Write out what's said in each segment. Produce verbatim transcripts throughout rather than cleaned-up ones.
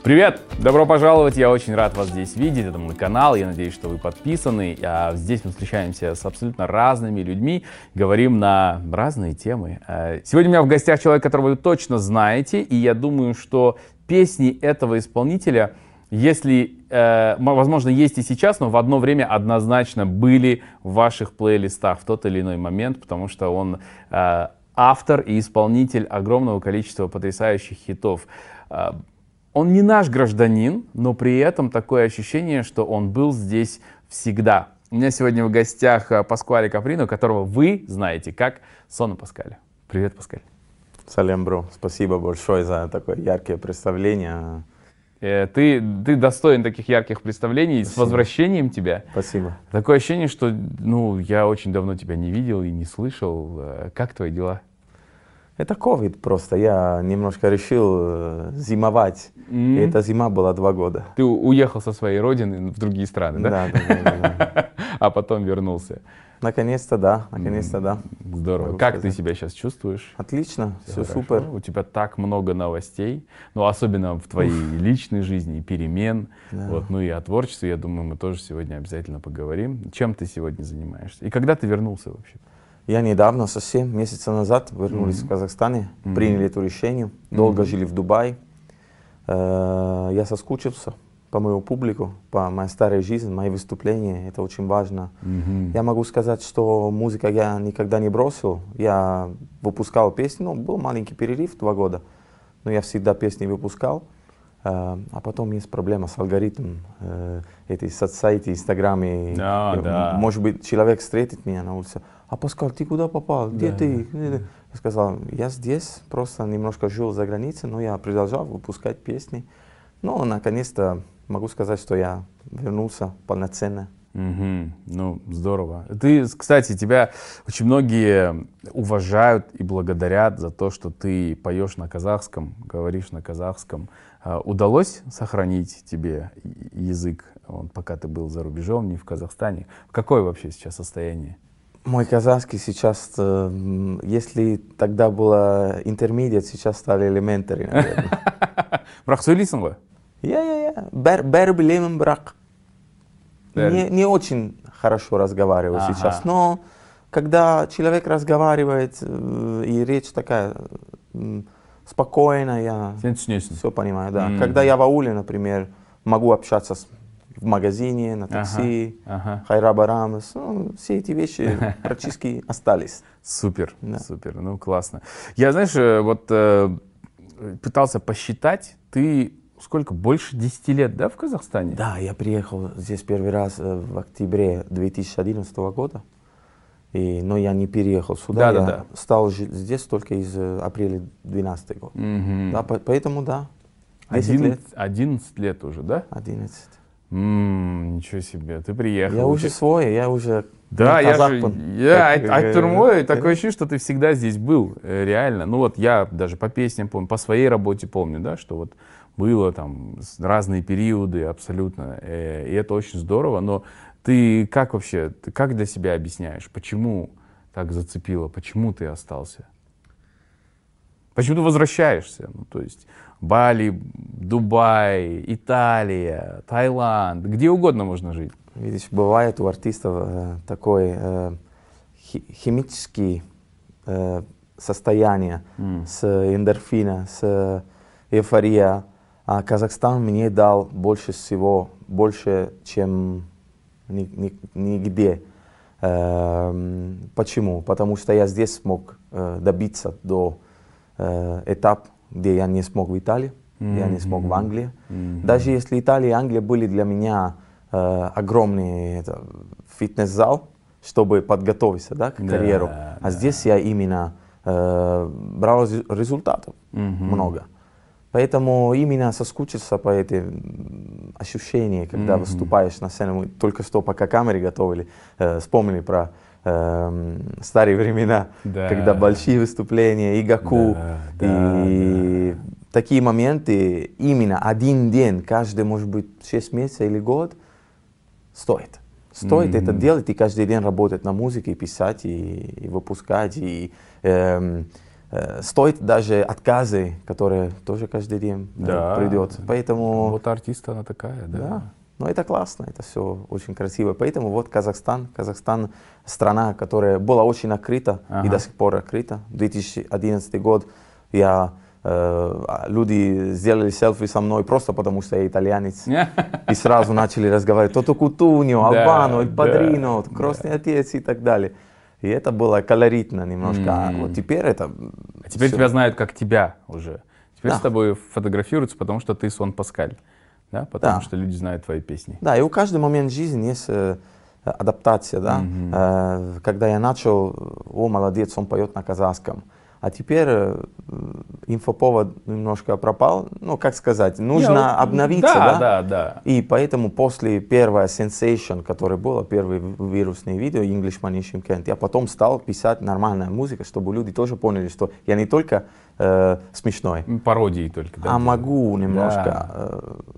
Привет! Добро пожаловать! Я очень рад вас здесь видеть. Это мой канал. Я надеюсь, что вы подписаны. А здесь мы встречаемся с абсолютно разными людьми, говорим на разные темы. Сегодня у меня в гостях человек, которого вы точно знаете. И я думаю, что песни этого исполнителя, если, э, возможно, есть и сейчас, но в одно время однозначно были в ваших плейлистах в тот или иной момент, потому что он э, автор и исполнитель огромного количества потрясающих хитов. Он не наш гражданин, но при этом такое ощущение, что он был здесь всегда. У меня сегодня в гостях Паскуале Каприно, которого вы знаете как Соно Паскале. Привет, Паскаль. Салем, бро. Спасибо большое за такое яркое представление. Ты, ты достоин таких ярких представлений. Спасибо. С возвращением тебя. Спасибо. Такое ощущение, что ну, я очень давно тебя не видел и не слышал. Как твои дела? Это ковид просто. Я немножко решил зимовать. Mm-hmm. И эта зима была два года. Ты уехал со своей родины в другие страны, да? Да, да, да. да. А потом вернулся. Наконец-то да, наконец-то да. Здорово. Могу как сказать. ты себя сейчас чувствуешь? Отлично, все, все супер. У тебя так много новостей, ну особенно в твоей Уф. личной жизни, перемен, да. вот, ну и о творчестве, я думаю, мы тоже сегодня обязательно поговорим. Чем ты сегодня занимаешься? И когда ты вернулся вообще? Я недавно, совсем месяца назад, вернулись mm-hmm. в Казахстане, mm-hmm. приняли это решение, долго mm-hmm. жили в Дубае. Я соскучился по мою публику, по моей старой жизни, мои выступления, это очень важно. Mm-hmm. Я могу сказать, что музыка я никогда не бросил, я выпускал песни, ну, был маленький перерыв, два года, но я всегда песни выпускал. А потом есть проблема с алгоритмом, эти соцсети, инстаграме. Да, да. Может быть, человек встретит меня на улице. А Паскаль, ты куда попал? Где да, ты? Да. Я сказал, я здесь, просто немножко жил за границей, но я продолжал выпускать песни. Но наконец-то могу сказать, что я вернулся полноценно. Угу. Ну, здорово. Ты, кстати, тебя очень многие уважают и благодарят за то, что ты поешь на казахском, говоришь на казахском. Удалось сохранить тебе язык, пока ты был за рубежом, не в Казахстане? Какое вообще сейчас состояние? Мой казахский сейчас, если тогда было intermediate, сейчас стали elementary, наверное. Бірақ сөйлейсің ғой? Я, я, я. Бәрі білемін, бірақ не, не очень хорошо разговариваю ага. сейчас. Но когда человек разговаривает, и речь такая спокойная, я все понимаю. Да. Mm-hmm. Когда я в ауле, например, могу общаться с в магазине, на такси, ага, ага. хайрабарамс, ну, все эти вещи практически остались. Супер, да. супер, ну классно. Я, знаешь, вот э, пытался посчитать, ты сколько, больше десяти лет, да, в Казахстане? Да, я приехал здесь первый раз в октябре две тысячи одиннадцатого года, и, но я не переехал сюда, да, я да, да. стал жить здесь только из апреля две тысячи двенадцатого года. Угу. Да, по, поэтому да, десять лет. одиннадцать лет уже, да? одиннадцать. Ммм, ничего себе, ты приехал. Я уже свой, я уже да, я же, я, а, такое ощущение, что ты всегда здесь был, реально. Ну вот я даже по песням помню, по своей работе помню, да, что вот было там разные периоды абсолютно, и это очень здорово. Но ты как вообще, ты как для себя объясняешь, почему так зацепило, почему ты остался? Почему ты возвращаешься? Ну, то есть Бали, Дубай, Италия, Таиланд, где угодно можно жить. Видишь, бывает у артистов э, такое э, химическое э, состояние mm. с эндорфина, с эйфория. А Казахстан мне дал больше всего, больше, чем ни, ни, нигде. Э, почему? Потому что я здесь смог э, добиться до э, этапа, где я не смог в Италии, mm-hmm. я не смог в Англии. Mm-hmm. Даже если Италия и Англия были для меня э, огромный это, фитнес-зал, чтобы подготовиться, да, к да, карьеру. А да. здесь я именно э, брал результатов mm-hmm. много. Поэтому именно соскучился по этим ощущениям, когда mm-hmm. выступаешь на сцене. Мы только что пока камеры готовили, э, вспомнили про э, старые времена, да. когда большие выступления, и Гаку, да, и да, да. такие моменты, именно один день, каждый, может быть, шесть месяцев или год, стоит. Стоит mm-hmm. это делать и каждый день работать на музыке, писать, и, и выпускать, и э, э, стоит даже отказы, которые тоже каждый день э, Да. придет. Поэтому... Вот артист она такая, да. Да. Но это классно, это все очень красиво. Поэтому вот Казахстан, Казахстан страна, которая была очень открыта Ага. и до сих пор открыта. две тысячи одиннадцатый год я, э, люди сделали селфи со мной просто потому, что я итальянец. И сразу начали разговаривать «Тото Кутуньо», «Албано», «Эль Падрино», «Крестный отец» и так далее. И это было колоритно немножко. А вот теперь это... А теперь всё. тебя знают как тебя уже. Теперь Да. с тобой фотографируются, потому что ты Сон Паскаль. Да? Потому Да. что люди знают твои песни. Да, и у каждого момента жизни есть э, адаптация, да. Мгм. Э, когда я начал, о, молодец, он поет на казахском. А теперь э, инфоповод немножко пропал. Ну, как сказать, нужно Не, обновиться, да, да? да, да. И поэтому после первого sensation, который было, первое вирусное видео, Englishman in Shymkent, я потом стал писать нормальную музыку, чтобы люди тоже поняли, что я не только э, смешной, Пародии только. Да, а делаю. могу немножко... Да. э,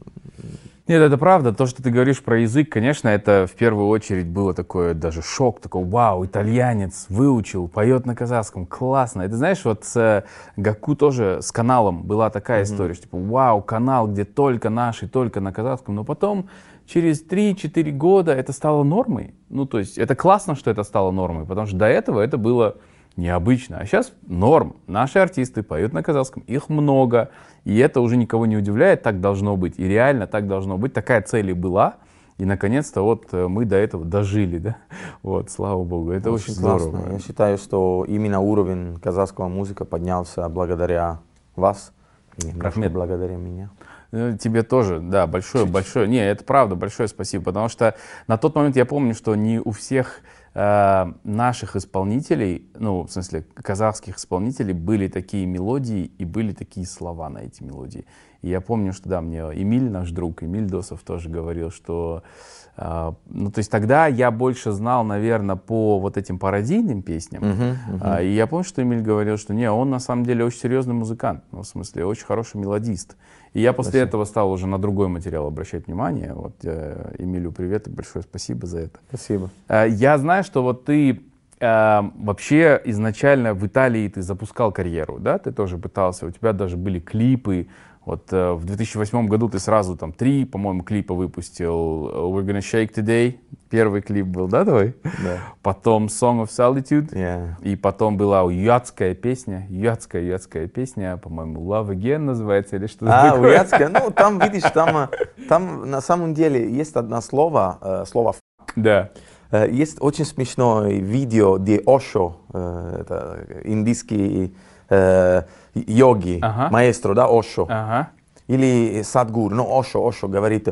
Нет, это правда. То, что ты говоришь про язык, конечно, это в первую очередь было такое даже шок, такой, вау, итальянец, выучил, поет на казахском, классно. Это знаешь, вот с Гаку тоже, с каналом была такая mm-hmm. история, что типа, вау, канал, где только наши, только на казахском, но потом через три-четыре года это стало нормой. Ну, то есть это классно, что это стало нормой, потому что до этого это было необычно. А сейчас норм. Наши артисты поют на казахском, их много. И это уже никого не удивляет, так должно быть. И реально так должно быть. Такая цель и была. И наконец-то вот мы до этого дожили, да? Вот, слава богу, это очень, очень здорово. Классно. Я считаю, что именно уровень казахского музыки поднялся благодаря вас, и Рахмет. благодаря меня. Тебе тоже, да, большое, большое. Не, это правда, большое спасибо. Потому что на тот момент я помню, что не у всех э, наших исполнителей, ну, в смысле, казахских исполнителей, были такие мелодии и были такие слова на эти мелодии. И я помню, что, да, мне Эмиль, наш друг, Эмиль Досов тоже говорил, что... Uh, ну, то есть тогда я больше знал, наверное, по вот этим пародийным песням. Uh-huh, uh-huh. Uh, и я помню, что Эмиль говорил, что не, он на самом деле очень серьезный музыкант, ну, в смысле, очень хороший мелодист. И я после спасибо. этого стал уже на другой материал обращать внимание. Вот uh, Эмилю привет и большое спасибо за это. Спасибо. Uh, я знаю, что вот ты uh, вообще изначально в Италии ты запускал карьеру, да? Ты тоже пытался, у тебя даже были клипы. Вот э, в две тысячи восьмом году ты сразу там три, по-моему, клипа выпустил. We're Gonna Shake Today. Первый клип был, да, твой? Да. Потом Song of Solitude. Yeah. И потом была уятская песня. Уятская, уятская песня, по-моему, Love Again называется или что-то а, такое. Уятская. Ну, там, видишь, там, там на самом деле есть одно слово, э, слово «ф». Да. Э, есть очень смешное видео, где Ошо, э, это индийский э, йоги, ага. маэстро, да, Ошо, ага. или Садгур, ну, Ошо, Ошо говорит,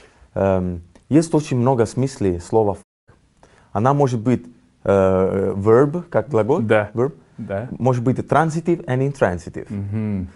эм, есть очень много смыслей слова «ф». Она может быть э, verb, как глагол, да. verb, да. может быть transitive and intransitive. Mm-hmm.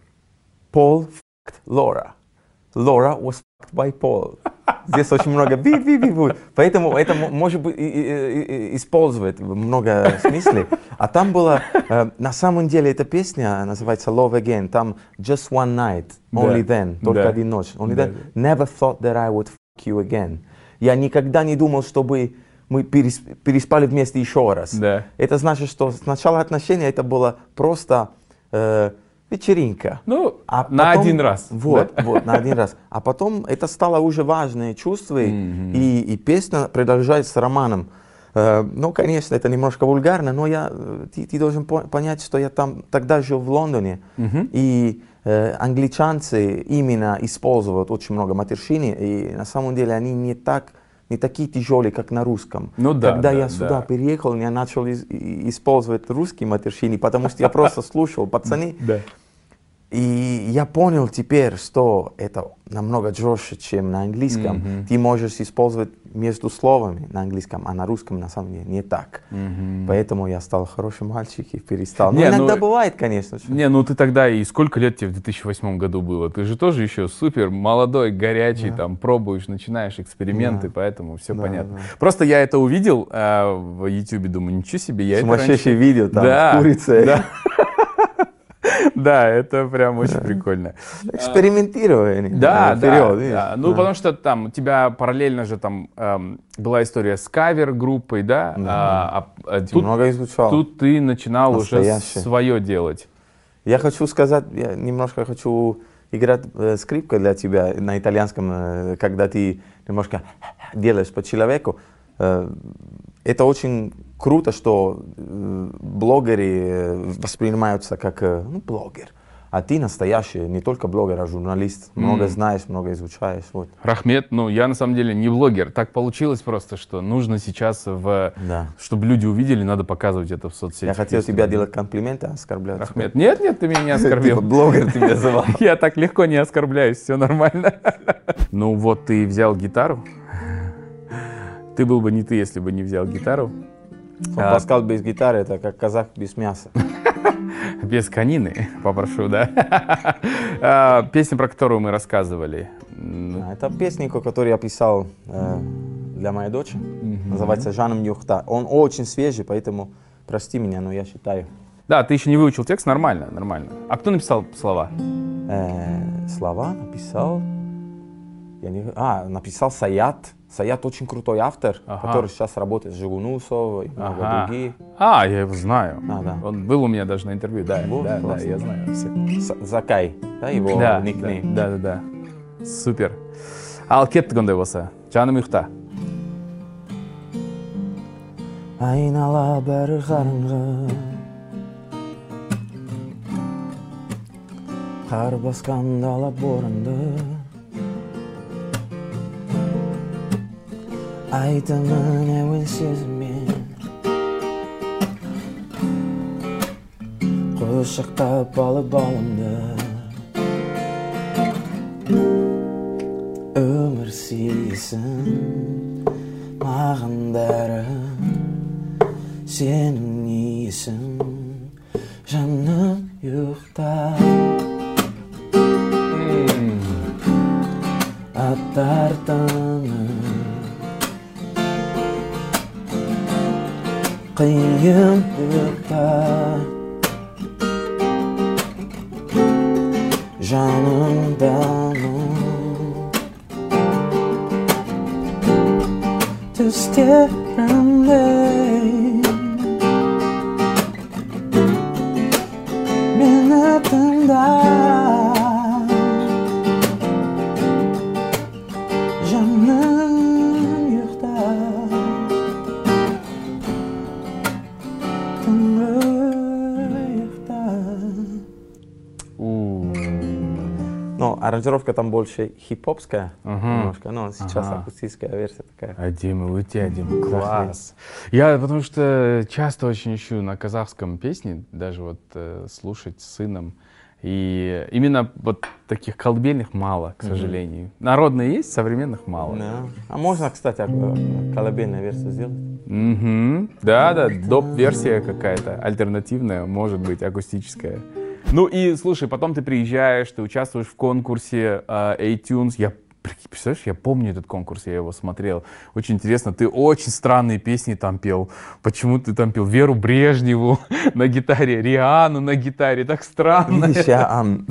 Paul f***ed Laura. Laura was f***ed by Paul. Здесь очень много би-би-би будет. Поэтому это может быть использовать много смыслей. А там было, э, на самом деле, эта песня называется Love Again. Там Just One Night, Only да. Then, только да. один ночь. Only да, then, да. Never thought that I would fuck you again. Я никогда не думал, чтобы мы переспали вместе еще раз. Да. Это значит, что сначала отношения это было просто э, вечеринка. Ну, а на потом, один раз. Вот, да? вот, на один раз. А потом это стало уже важное чувство, mm-hmm. и, и песня продолжается с романом. Э, ну, конечно, это немножко вульгарно, но я, ты, ты должен по- понять, что я там тогда жил в Лондоне, mm-hmm. и э, англичанцы именно используют очень много матершины, и на самом деле они не так не такие тяжелые, как на русском. Ну, да, Когда да, я да. сюда переехал, я начал из- использовать русские матершины, потому что я просто слушал пацаны. Да. И я понял теперь, что это намного жестче, чем на английском. Mm-hmm. Ты можешь использовать между словами на английском, а на русском на самом деле не так. Mm-hmm. Поэтому я стал хорошим мальчиком и перестал. Не, Но иногда ну, бывает, конечно. Не, ну ты тогда и сколько лет тебе в две тысячи восьмом году было? Ты же тоже еще супер молодой, горячий, Да. там пробуешь, начинаешь эксперименты, Да. поэтому все Да, понятно. да. Просто я это увидел э, в Ютубе, думаю, ничего себе, я это Сумасшедшее раньше... видео там да, с курицей. Да. Да, это прям очень прикольно. Экспериментирование. Да, вперед, да, да. Ну, потому что там у тебя параллельно же там эм, была история с кавер-группой, да? Да. А, а, а Ты тут, много изучал. тут ты начинал уже Настоящий. свое делать. Я хочу сказать, я немножко хочу играть э, скрипкой для тебя на итальянском, э, когда ты немножко делаешь по человеку. Э, это очень круто, что э, блогеры э, воспринимаются как э, ну, блогер. А ты настоящий, не только блогер, а журналист. Много Mm. знаешь, много изучаешь. Вот. Рахмет, ну я на самом деле не блогер. Так получилось просто, что нужно сейчас, в, Да. чтобы люди увидели, надо показывать это в соцсетях. Я хотел тебе делать комплименты, а оскорблять. Рахмет. Нет, нет, ты меня не оскорбил. Типа блогер тебя звал. Я так легко не оскорбляюсь, все нормально. Ну вот ты взял гитару. Ты был бы не ты, если бы не взял гитару. А... Паскал без гитары — это как казах без мяса. Без конины, попрошу, да? Песня, про которую мы рассказывали. Это песня, которую я писал э, для моей дочери. Mm-hmm. Называется «Жаным Юхта». Он очень свежий, поэтому прости меня, но я считаю. Да, ты еще не выучил текст, нормально, нормально. А кто написал слова? Э, слова написал... Я не... А, написал Саят. Саят очень крутой автор, ага. который сейчас работает с Жигунусов и много ага. других. А, я его знаю. А, да. Он был у меня даже на интервью, да, вот, да, да, я знаю. Все. Закай, да, его да, никнейм. Да, да, да, да. Супер. Ал кеттік ондай болса, жаным ұйықта. Айнала бәрі қараңғы, қар басқан дала борынды, айтымын әуен сезіммен, құшақтап алып балымды. Өмір сүйсін маған бәрі, сенің иісің жаным ұйықта. Аттар таңы қиын ұйықта, жанымдамын. Түстерімде мені тыңда, жаным ұйықта, түнгі ұйықта. Ну, аранжировка там больше хип-хопская, uh-huh. немножко, но сейчас uh-huh. акустическая версия такая. А Дима, у тебя, Дима, класс. Я потому что часто очень ищу на казахском песни, даже вот э, слушать с сыном. И именно вот таких колыбельных мало, к сожалению. Mm-hmm. Народные есть, современных мало. Yeah. А можно, кстати, колыбельную версию сделать? Mm-hmm. Да, да, доп-версия какая-то, альтернативная, может быть, акустическая. Ну и слушай, потом ты приезжаешь, ты участвуешь в конкурсе uh, iTunes. Я, представляешь, я помню этот конкурс, я его смотрел. Очень интересно, ты очень странные песни там пел. Почему ты там пел Веру Брежневу на гитаре, Риану на гитаре, так странно. Видишь, я, um...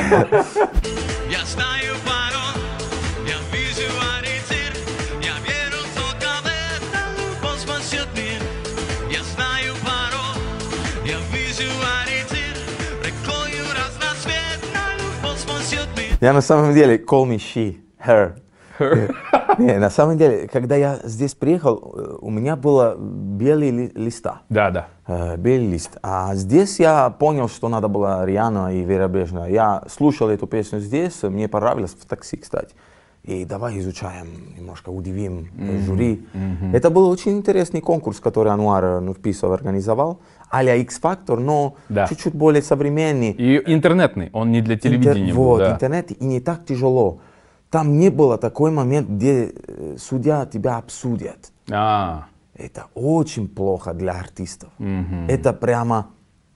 Я знаю пароль, я вижу ориентир, я верю только в это, любовь спасет мир. Я знаю пароль, я вижу ориентир, рекою разноцветно, любовь спасет мир. Я на самом деле call me she, her. Her. Не, на самом деле, когда я здесь приехал, у меня было белые ли, листа. Да, да. Э, белый лист. А здесь я понял, что надо было Риана и Вера Брежнева. Я слушал эту песню здесь, мне понравилось в такси, кстати. И давай изучаем, немножко удивим mm-hmm. жюри. Mm-hmm. Это был очень интересный конкурс, который Ануар Нурписов организовал. А-ля X-Factor, но да. чуть-чуть более современный. И интернетный, он не для телевидения Интер... был. Вот, да. интернет, и не так тяжело. Там не было такой момент, где судья тебя обсудит. А. Это очень плохо для артистов. Mm-hmm. Это прямо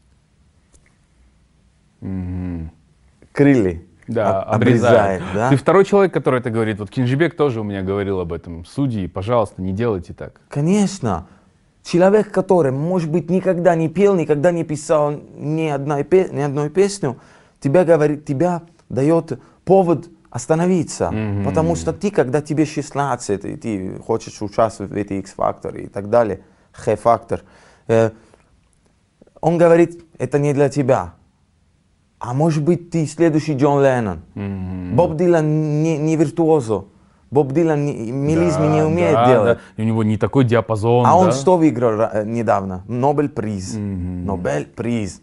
mm-hmm. крылья. Да, об, обрезает. обрезает. Да? Ты второй человек, который это говорит. Вот Кинжибек тоже у меня говорил об этом. Судьи, пожалуйста, не делайте так. Конечно. человек, который, может быть, никогда не пел, никогда не писал ни одной, ни одной песню, тебя говорит, тебя дает повод остановиться. Mm-hmm. Потому что ты, когда тебе шестнадцать, и ты хочешь участвовать в этой X-факторе и так далее, X-фактор, э, он говорит, это не для тебя. А может быть, ты следующий Джон Леннон. Mm-hmm. Боб Дилан не, не виртуозо. Боб Дилан не, мелизмы да, не умеет да, делать. Да. У него не такой диапазон. А да? он что выиграл э, недавно? Нобель-приз. Mm-hmm. Нобель-приз.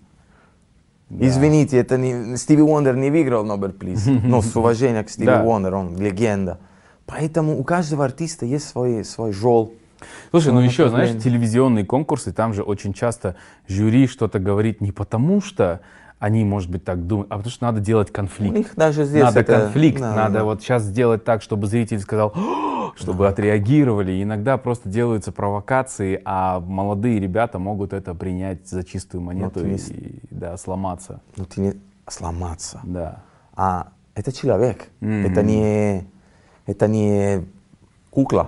Да. Извините, это не, Стиви Уондер не выиграл Нобель-приз. Но с уважением к Стиви Уондеру, он легенда. Поэтому у каждого артиста есть свой, свой жол. Слушай, ну еще, знаешь, телевизионные конкурсы, там же очень часто жюри что-то говорит не потому, что они, может быть, так думают, а потому что надо делать конфликт. У них даже здесь надо это... конфликт, да, надо да. вот сейчас сделать так, чтобы зритель сказал, чтобы да. отреагировали. И иногда просто делаются провокации, а молодые ребята могут это принять за чистую монету и, не... и да, сломаться. Ну ты не сломаться. Да. А это человек, Mm-hmm. это не, это не кукла.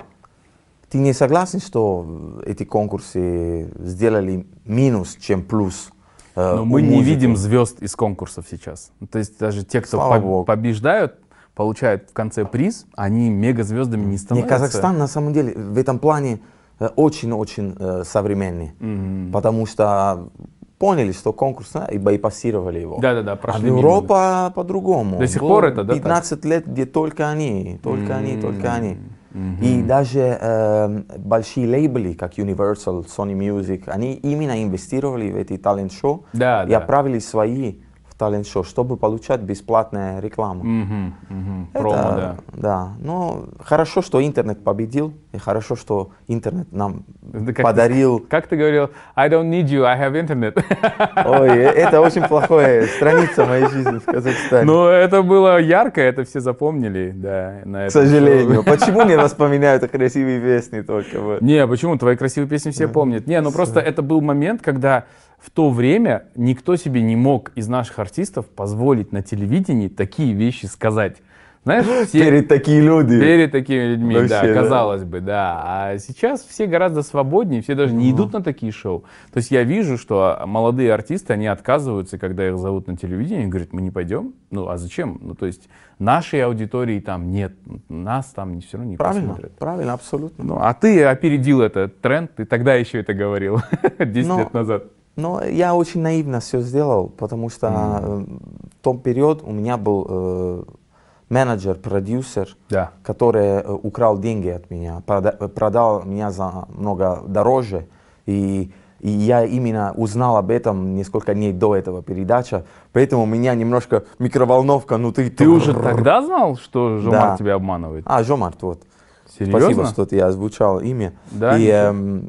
Ты не согласен, что эти конкурсы сделали минус, чем плюс? Э, Но мы не видим звезд из конкурсов сейчас. То есть даже те, кто по- побеждают, получают в конце приз, они мегазвездами не становятся. Не, Казахстан на самом деле в этом плане очень-очень э, современный, mm-hmm. потому что поняли, что конкурс, да, и байпассировали его. Да-да-да, прошли. А Европа по-другому. До сих пор это, да? пятнадцать лет, где только они, только mm-hmm. они, только они. Mm-hmm. И даже э, большие лейблы, как Universal, Sony Music, они именно инвестировали в эти талент-шоу да, и да. отправили свои в талент-шоу, чтобы получать бесплатную рекламу. Mm-hmm. Mm-hmm. Это, Промо, да. Да, но хорошо, что интернет победил, и хорошо, что интернет нам да, как подарил. Ты, как ты говорил, I don't need you, I have internet. Ой, это очень плохая страница моей жизни в Казахстане. Ну, это было ярко, это все запомнили, да. На К сожалению. Почему не вспоминают красивые песни только? Вот. Не, почему? Твои красивые песни все помнят. Не, ну просто это был момент, когда в то время никто себе не мог из наших артистов позволить на телевидении такие вещи сказать. Знаешь, все перед такими людьми. Перед такими людьми, вообще, да, казалось да? бы, да. А сейчас все гораздо свободнее, все даже не идут на такие шоу. То есть я вижу, что молодые артисты, они отказываются, когда их зовут на телевидение, говорят, мы не пойдем. Ну, а зачем? Ну, то есть нашей аудитории там нет, нас там все равно не правильно, посмотрят. Правильно, абсолютно. Ну, а ты опередил этот тренд, ты тогда еще это говорил, десять Но... лет назад. Но я очень наивно все сделал, потому что mm. в том период у меня был э, менеджер, продюсер, да. который э, украл деньги от меня, прода- продал меня за много дороже. И, и я именно узнал об этом несколько дней до этого передачи, поэтому у меня немножко микроволновка внутри. Ты уже тогда знал, что Жомарт да. тебя обманывает? А, Жомарт, вот. Серьезно? Спасибо, что ты озвучал имя. Да, и, э,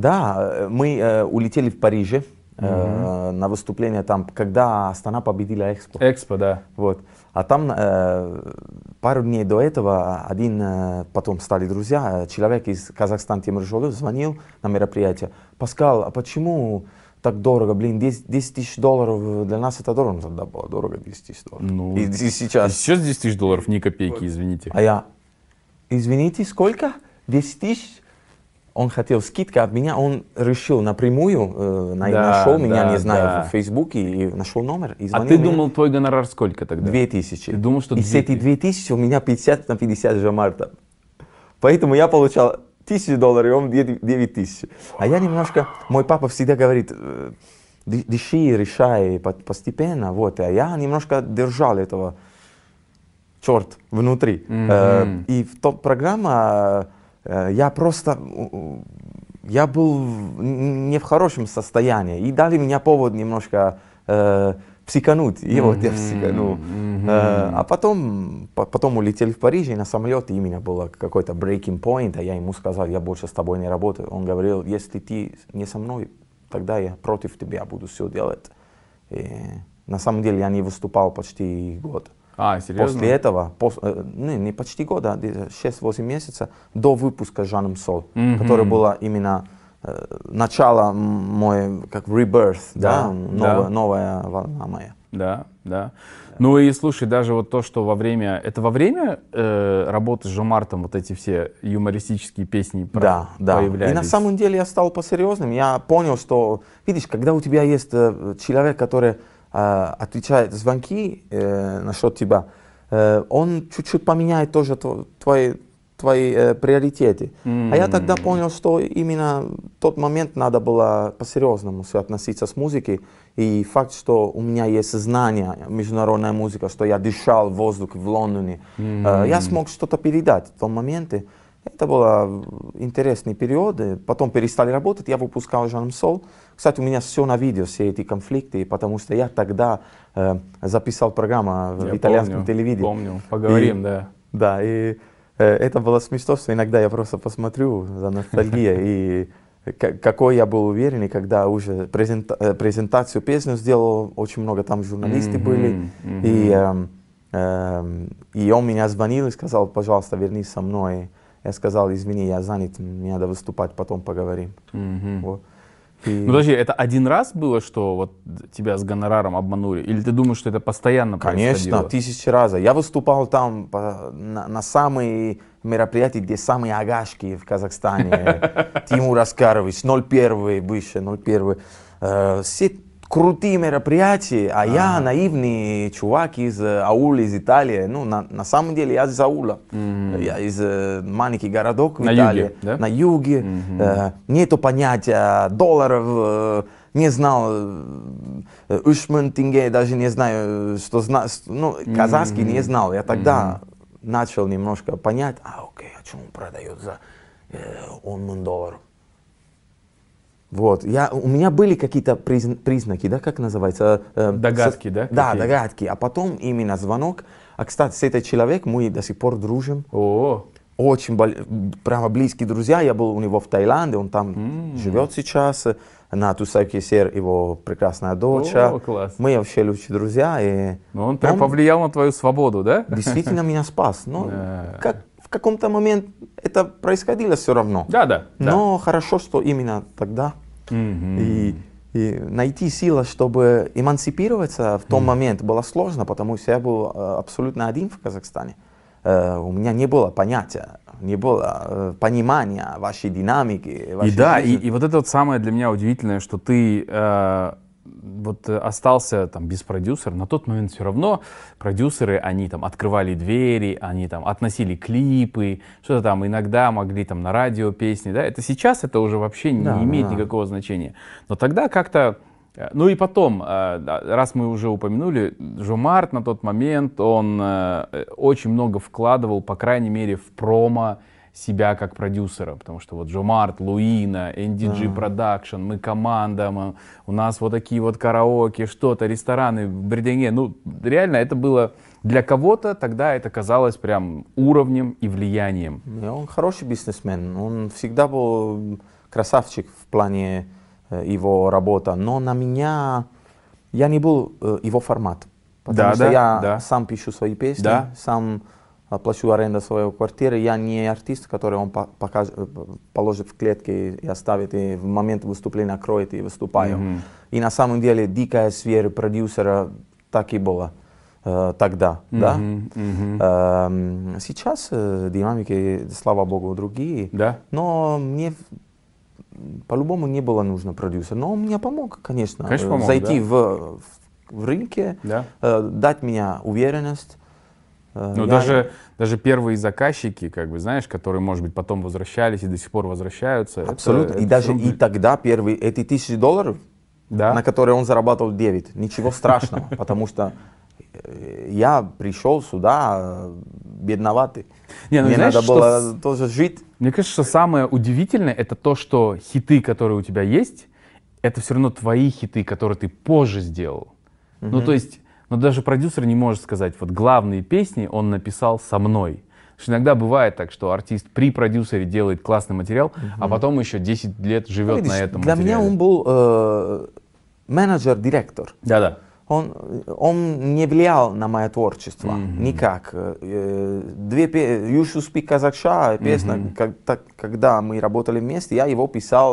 да, мы э, улетели в Париж. Mm-hmm. на выступление там, когда Астана победила Экспо. Экспо, да. Вот. А там э, пару дней до этого один, э, потом стали друзья, человек из Казахстана Темиржолы звонил на мероприятие. Паскал, а почему так дорого? Блин, десять тысяч долларов для нас это дорого. Ну, тогда было дорого десять тысяч долларов. Ну, и, и сейчас. Сейчас десять тысяч долларов, ни копейки, вот. Извините. А я, извините, сколько? десять тысяч? Он хотел скидка от меня, он решил напрямую, э, на, да, нашел да, меня, не знаю, да. в Фейсбуке и нашел номер. И а ты меня. Думал, твой гонорар сколько тогда? Две тысячи. Ты думал, что и с эти две тысячи у меня пятьдесят на пятьдесят Жомарта. Поэтому я получал тысячу долларов, и он девять тысяч. А я немножко, мой папа всегда говорит, дыши, решай постепенно, вот. А я немножко держал этого, черт, внутри. Mm-hmm. И в той программе я просто, я был не в хорошем состоянии, и дали мне повод немножко э, психануть, и mm-hmm. вот я психанул. Mm-hmm. Э, а потом, по, потом улетели в Париж, и на самолете именно было какой-то breaking point, а я ему сказал, я больше с тобой не работаю. Он говорил, если ты не со мной, тогда я против тебя буду все делать. И на самом деле я не выступал почти год. А, серьезно? После этого, пос, э, не, не почти года, а шесть-восемь месяцев до выпуска Жаном Сол, mm-hmm. который было именно э, начало мой, как rebirth, да, да, новая, да. новая волна моя. да, да. Ну и слушай, даже вот то, что во время, это во время э, работы с Жомартом вот эти все юмористические песни про- Да, да. появлялись? И на самом деле я стал посерьезным. Я понял, что, видишь, когда у тебя есть э, человек, который э, отвечает звонки э, насчет тебя, э, он чуть-чуть поменяет тоже тв- твои, твои э, приоритеты. Mm. А я тогда понял, что именно в тот момент надо было по-серьезному все относиться с музыкой. И факт, что у меня есть знание, международная музыка, что я дышал воздух в Лондоне, mm. э, я смог что-то передать в том моменте. Это был интересный период. Потом перестали работать, я выпускал Жаном Сол. Кстати, у меня все на видео, все эти конфликты, потому что я тогда э, записал программу в я итальянском помню, телевидении. Помню, поговорим, и, да. Да, и э, это было смешно, что иногда я просто посмотрю за ностальгией, и какой я был уверенный, когда уже презента, э, презентацию песню сделал, очень много там журналисты mm-hmm, были, mm-hmm. И, э, э, и он меня звонил и сказал, пожалуйста, вернись со мной. Я сказал, извини, я занят, мне надо выступать, потом поговорим. Mm-hmm. Вот. И... Ну подожди, это один раз было, что вот тебя с гонораром обманули? Или ты думаешь, что это постоянно происходило? Конечно, тысячи раз. Я выступал там по, на, на самые мероприятия, где самые агашки в Казахстане. Тимур Аскарович, ноль один, выше, ноль один. Все крутые мероприятия, а я наивный чувак из аула, из Италии. Ну, на, на самом деле я из аула. Я из маленьких городов в Италии. На юге. Нету понятия долларов. Не знал Ушман Тинге, даже не знаю, что знал. Ну, казахский не знал. Я тогда начал немножко понять, а окей, а что он продает за он долларов. Вот, я, у меня были какие-то призн, признаки, да, как называется? Э, догадки, со, да? Да, какие? догадки. А потом именно звонок. А, кстати, с этой человеком мы до сих пор дружим. О, очень прямо близкие друзья. Я был у него в Таиланде, он там mm. живет сейчас. На Тусайкесер его прекрасная дочь. О, класс. Мы вообще лучшие друзья. И ну, он прям он повлиял на твою свободу, да? Действительно меня спас. Но как, в каком-то момент это происходило все равно. Да, да. Но да. хорошо, что именно тогда. Mm-hmm. И, и найти силы, чтобы эмансипироваться в том mm. момент было сложно, потому что я был э, абсолютно один в Казахстане. Э, у меня не было понятия, не было э, понимания вашей динамики. Вашей и да, жизни. и, и вот это вот самое для меня удивительное, что ты э, вот остался там без продюсера. На тот момент все равно продюсеры, они там открывали двери, они там относили клипы, что-то там иногда могли там на радио песни, да. Это сейчас это уже вообще не да, имеет да. никакого значения. Но тогда как-то, ну и потом, раз мы уже упомянули, Жомарт на тот момент, он очень много вкладывал, по крайней мере, в промо себя как продюсера, потому что вот Жомарт, Луина, эн ди джи Production, мы команда, мы, у нас вот такие вот караоке, что-то, рестораны в Берденге. Ну, реально, это было для кого-то тогда это казалось прям уровнем и влиянием. И он хороший бизнесмен, он всегда был красавчик в плане э, его работы, но на меня, я не был э, его формат, потому да, что да, я да. сам пишу свои песни, да. сам плачу аренду своей квартиры. Я не артист, который он покажет, положит в клетки и оставит, и в момент выступления откроет и выступаю. Mm-hmm. И на самом деле дикая сфера продюсера так и была э, тогда. Mm-hmm. Да? Mm-hmm. Э, сейчас э, динамики, слава богу, другие. Да? Но мне по-любому не было нужно продюсер. Но он мне помог, конечно, конечно помог, зайти да. в, в рынке, да. э, дать мне уверенность. Ну, я... даже, даже первые заказчики, как бы, знаешь, которые, может быть, потом возвращались и до сих пор возвращаются. Абсолютно. Это, и это даже трудно. и тогда первые эти тысячи долларов, да. на которые он зарабатывал девять, ничего страшного, потому что я пришел сюда бедноватый. Не, ну, мне знаешь, надо что было с... тоже жить. Мне кажется, что самое удивительное, это то, что хиты, которые у тебя есть, это все равно твои хиты, которые ты позже сделал. Mm-hmm. Ну, то есть, но даже продюсер не может сказать, вот главные песни он написал со мной. Потому что иногда бывает так, что артист при продюсере делает классный материал, mm-hmm. а потом еще десять лет живет Видишь, на этом для материале. меня он был э, менеджер-директор. Да-да. Он, он не влиял на мое творчество mm-hmm. никак. Две You Should Speak Kazakhsha, песня, mm-hmm. как, так, когда мы работали вместе, я его писал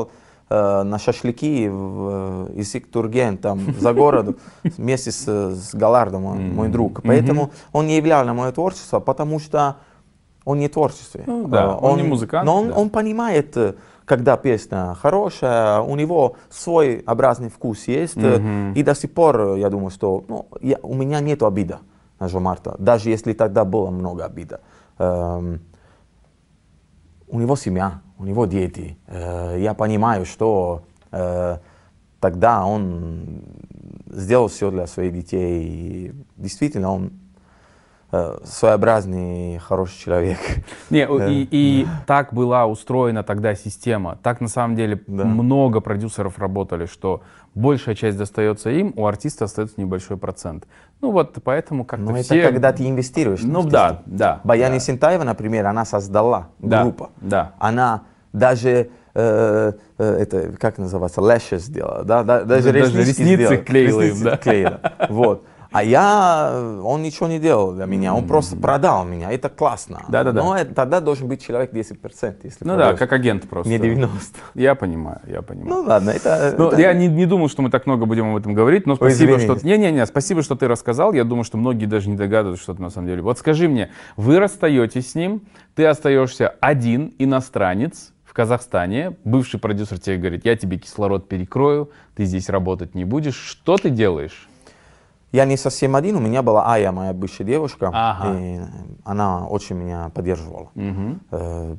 э, на шашлыки в э, Исик-Турген, там, за городом, вместе с, с Галардом, мой, мой друг. Поэтому mm-hmm. он не являл на мое творчество, потому что он не творчество. Ну, да, он, он не музыкант. Но он, да. он понимает, когда песня хорошая, у него свой образный вкус есть. Mm-hmm. И до сих пор, я думаю, что ну, я, у меня нет обида на Жомарта, даже если тогда было много обида. Эм, у него семья, у него дети. Э, я понимаю, что э, тогда он сделал все для своих детей. И действительно, он э, своеобразный, хороший человек. Не, и, и так была устроена тогда система. Так на самом деле Да. много продюсеров работали, что большая часть достается им, у артиста остается небольшой процент. Ну вот поэтому как-то Но все... это когда ты инвестируешь. Ну в да, артиста. да. Баян да. Есентаева, например, она создала Да, группу. да. Она даже, э, э, это, как называется, lashes сделала, да? Да, даже, Даже реснички ресницы сделала. клеила им, Ресницы да. клеила. Вот. А я, он ничего не делал для меня, он просто продал меня, это классно. Да-да-да. Но это, тогда должен быть человек десять процентов, если Ну продаешь. да, как агент просто. Не девяносто. Я понимаю, я понимаю. Ну ладно, это... Ну, это- я не, не думал, что мы так много будем об этом говорить, но спасибо, извини. что... Не-не-не, спасибо, что ты рассказал. Я думаю, что многие даже не догадываются, что это на самом деле. Вот скажи мне, вы расстаетесь с ним, ты остаешься один, иностранец, в Казахстане, бывший продюсер тебе говорит, я тебе кислород перекрою, ты здесь работать не будешь. Что ты делаешь? Я не совсем один, у меня была Ая, моя бывшая девушка, Ага. и она очень меня поддерживала. Мгм. Э,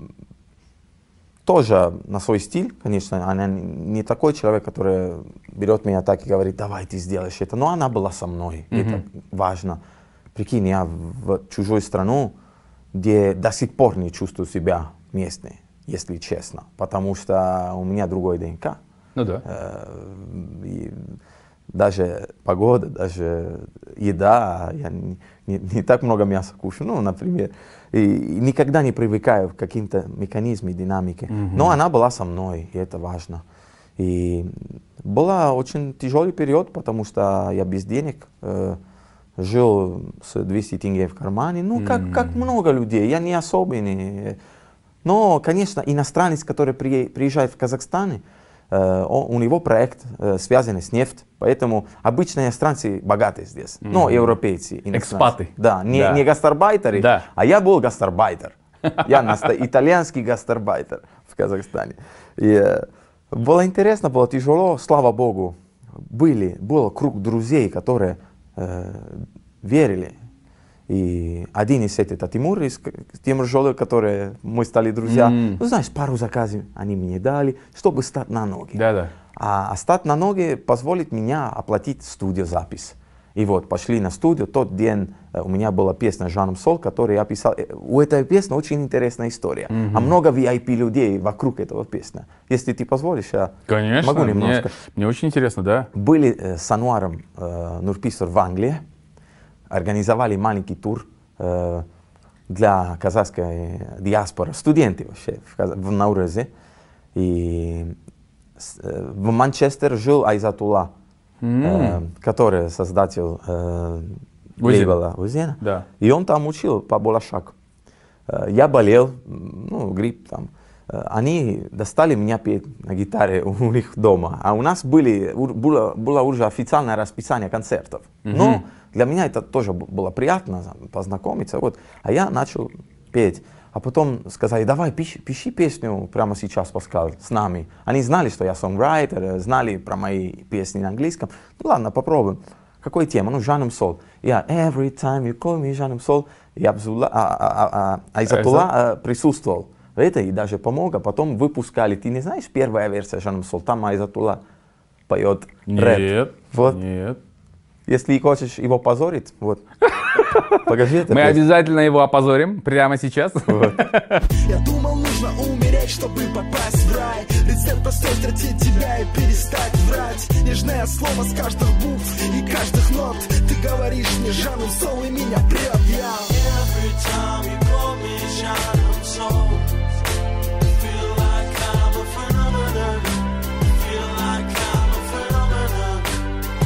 Тоже на свой стиль, конечно, она не такой человек, который берет меня так и говорит, давай ты сделаешь это, но она была со мной, и это важно. Прикинь, я в чужую страну, где до сих пор не чувствую себя местной, если честно, потому что у меня другой ДНК. Ну да. Э, и даже погода, даже еда, я не, не- не так много мяса кушаю, ну, например, и, и никогда не привыкаю к каким-то механизмам, динамике. Но она была со мной, и это важно. И был очень тяжелый период, потому что я без денег э, жил с двухсот тенге в кармане, ну, как, как много людей, я не особенный. Но, конечно, иностранец, который при- приезжает в Казахстан, э, он- у него проект э, связанный с нефтью, поэтому обычные иностранцы богатые здесь, ну, европейцы. иностранцы. Экспаты. Да, не, Да. не гастарбайтеры, Да. а я был гастарбайтер. Я наста- итальянский гастарбайтер в Казахстане. И, э, было интересно, было тяжело, слава богу, были, был круг друзей, которые э, верили. И один из этих, это Тимур, из К- Тимур, которые мы стали друзья. М. Ну, знаешь, пару заказов они мне дали, чтобы стать на ноги. Да-да. А, а стать на ноги позволит меня оплатить студиозапись. И вот пошли на студию. Тот день э, у меня была песня Жаном Сол, которую я писал. Э, У этой песни очень интересная история. А много ви ай пи людей вокруг этого песни. Если ты позволишь, я Конечно, могу мне, немножко. мне очень интересно, да. Были э, с Ануаром э, Нурписор в Англии, организовали маленький тур э, для казахской диаспоры, студенты вообще в, Каз- в Наурезе. И с- э, в Манчестер жил Айзатулла, э, который создатель э, Узен. лейбла Узена. Да. И он там учил по Булашак. Э, Я болел, м, ну, грипп там. Э, Они достали меня петь на гитаре у них дома. А у нас были, у- было, было уже официальное расписание концертов. Но для меня это тоже б- было приятно познакомиться. Вот. А я начал петь. А потом сказали, давай пиши, пиши песню прямо сейчас, Паскал, с нами. Они знали, что я сонграйтер, э, знали про мои песни на английском. Ну ладно, попробуем. Какой тема? Ну, Жаном Сол. Я every time you call me Жаном Сол. И Абзулла, а, а, а, а, Айзатулла э, присутствовал в этой и даже помог. А потом выпускали. Ты не знаешь, первая версия Жаном Сол? Там Айзатулла поет рэп. Нет, Вот. нет. Если хочешь его позорить, вот. Покажи это. Мы песню. обязательно его опозорим прямо сейчас. Я думал, нужно умереть, чтобы попасть в рай. Рецепт простой, встретить тебя и перестать врать. Нежное слово с каждых букв и каждых нот. Ты говоришь мне Жаном Сол и меня прет. Я Every time you call me Жаном Сол, feel like I'm a phenomenon. Feel like I'm a phenomenon.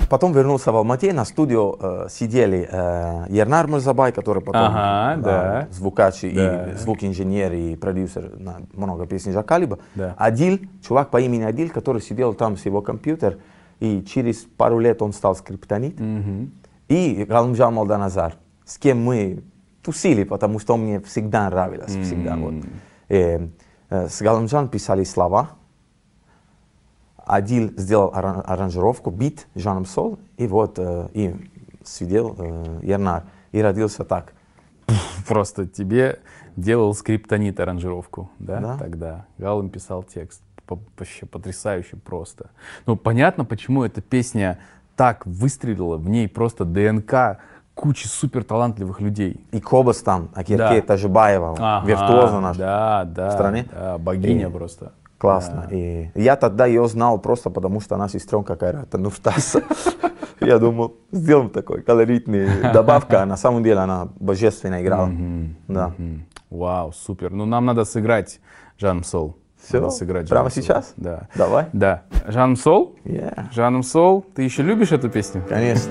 потом вернулся в Алмате, на студию э, сидели э, Ернар Мырзабай, который потом Ага, э, да. звукач и Да. звукинженер и продюсер на много песней Жакалиба. Да. Адиль, чувак по имени Адиль, который сидел там с его компьютер, и через пару лет он стал скриптонит. Мгм. И Галымжан Молданазар, с кем мы тусили, потому что он мне всегда нравился, всегда. Вот. Э, э, с Галымжан писали слова, Адиль сделал аран- аранжировку, бит Жаном Сол, и вот э, и сидел э, Ернар, и родился так. Просто тебе делал скриптонит аранжировку, да, Да. тогда. Галым писал текст. По- Вообще потрясающе просто. Ну, понятно, почему эта песня так выстрелила, в ней просто ДНК кучи супер талантливых людей. И Кобас там, Акирке Да. Тажибаева, Ага, виртуоза наш. Да, да. в стране. Да, богиня И- просто. Классно. Да. И я тогда ее знал просто потому, что она сестренка какая-то Нуртаса. Я думал, сделаем такой колоритный добавка, а на самом деле она божественно играла. Да. Мгм. Вау, супер. Ну, нам надо сыграть Жаном Сол. Всё? Надо сыграть Прямо Жаном Сол. сейчас? Да. Давай. Да. Жаном Сол? Yeah. Жаном Сол. Ты еще любишь эту песню? Конечно.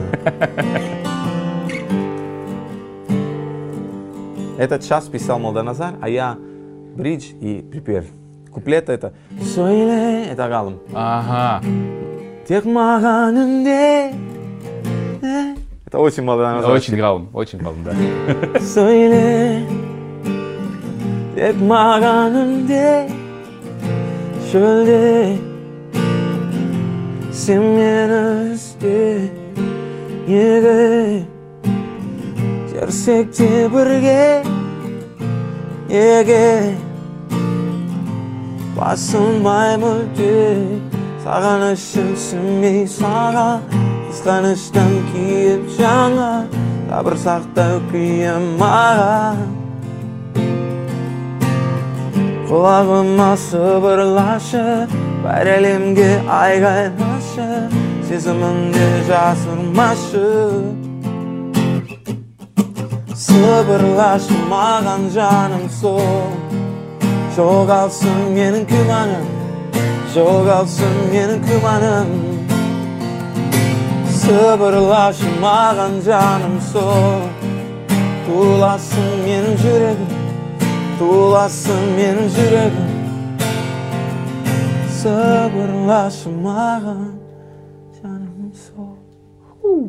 Этот час писал Молданазар, а я бридж и припев. Куплет это Söyle, это Галым. Ага. Tek mağanımde. Это очень Молданазар. Очень галм, очень галм, да. Söyle, tek mağanımde. Şöyle, семена üstü. Yere, gerçekte birge. Yege, basılmay mülkü. Sağanışın sünmey sağa. Kıskanıştan kiyip cana. Sabırsak da kıyım ağa. Kulağıma sıvırlaşı, ver elimge aygaylaşı, sezimimde jasırmaşı. Sıvırlaşmağan canım sol, jogalsın benim kümanım, jogalsın benim kümanım. Sıvırlaşmağan canım sol, tuğlasın benim yüreğim. Tuğlasın benim yüreğim. Sabırlaşmağın canım sol.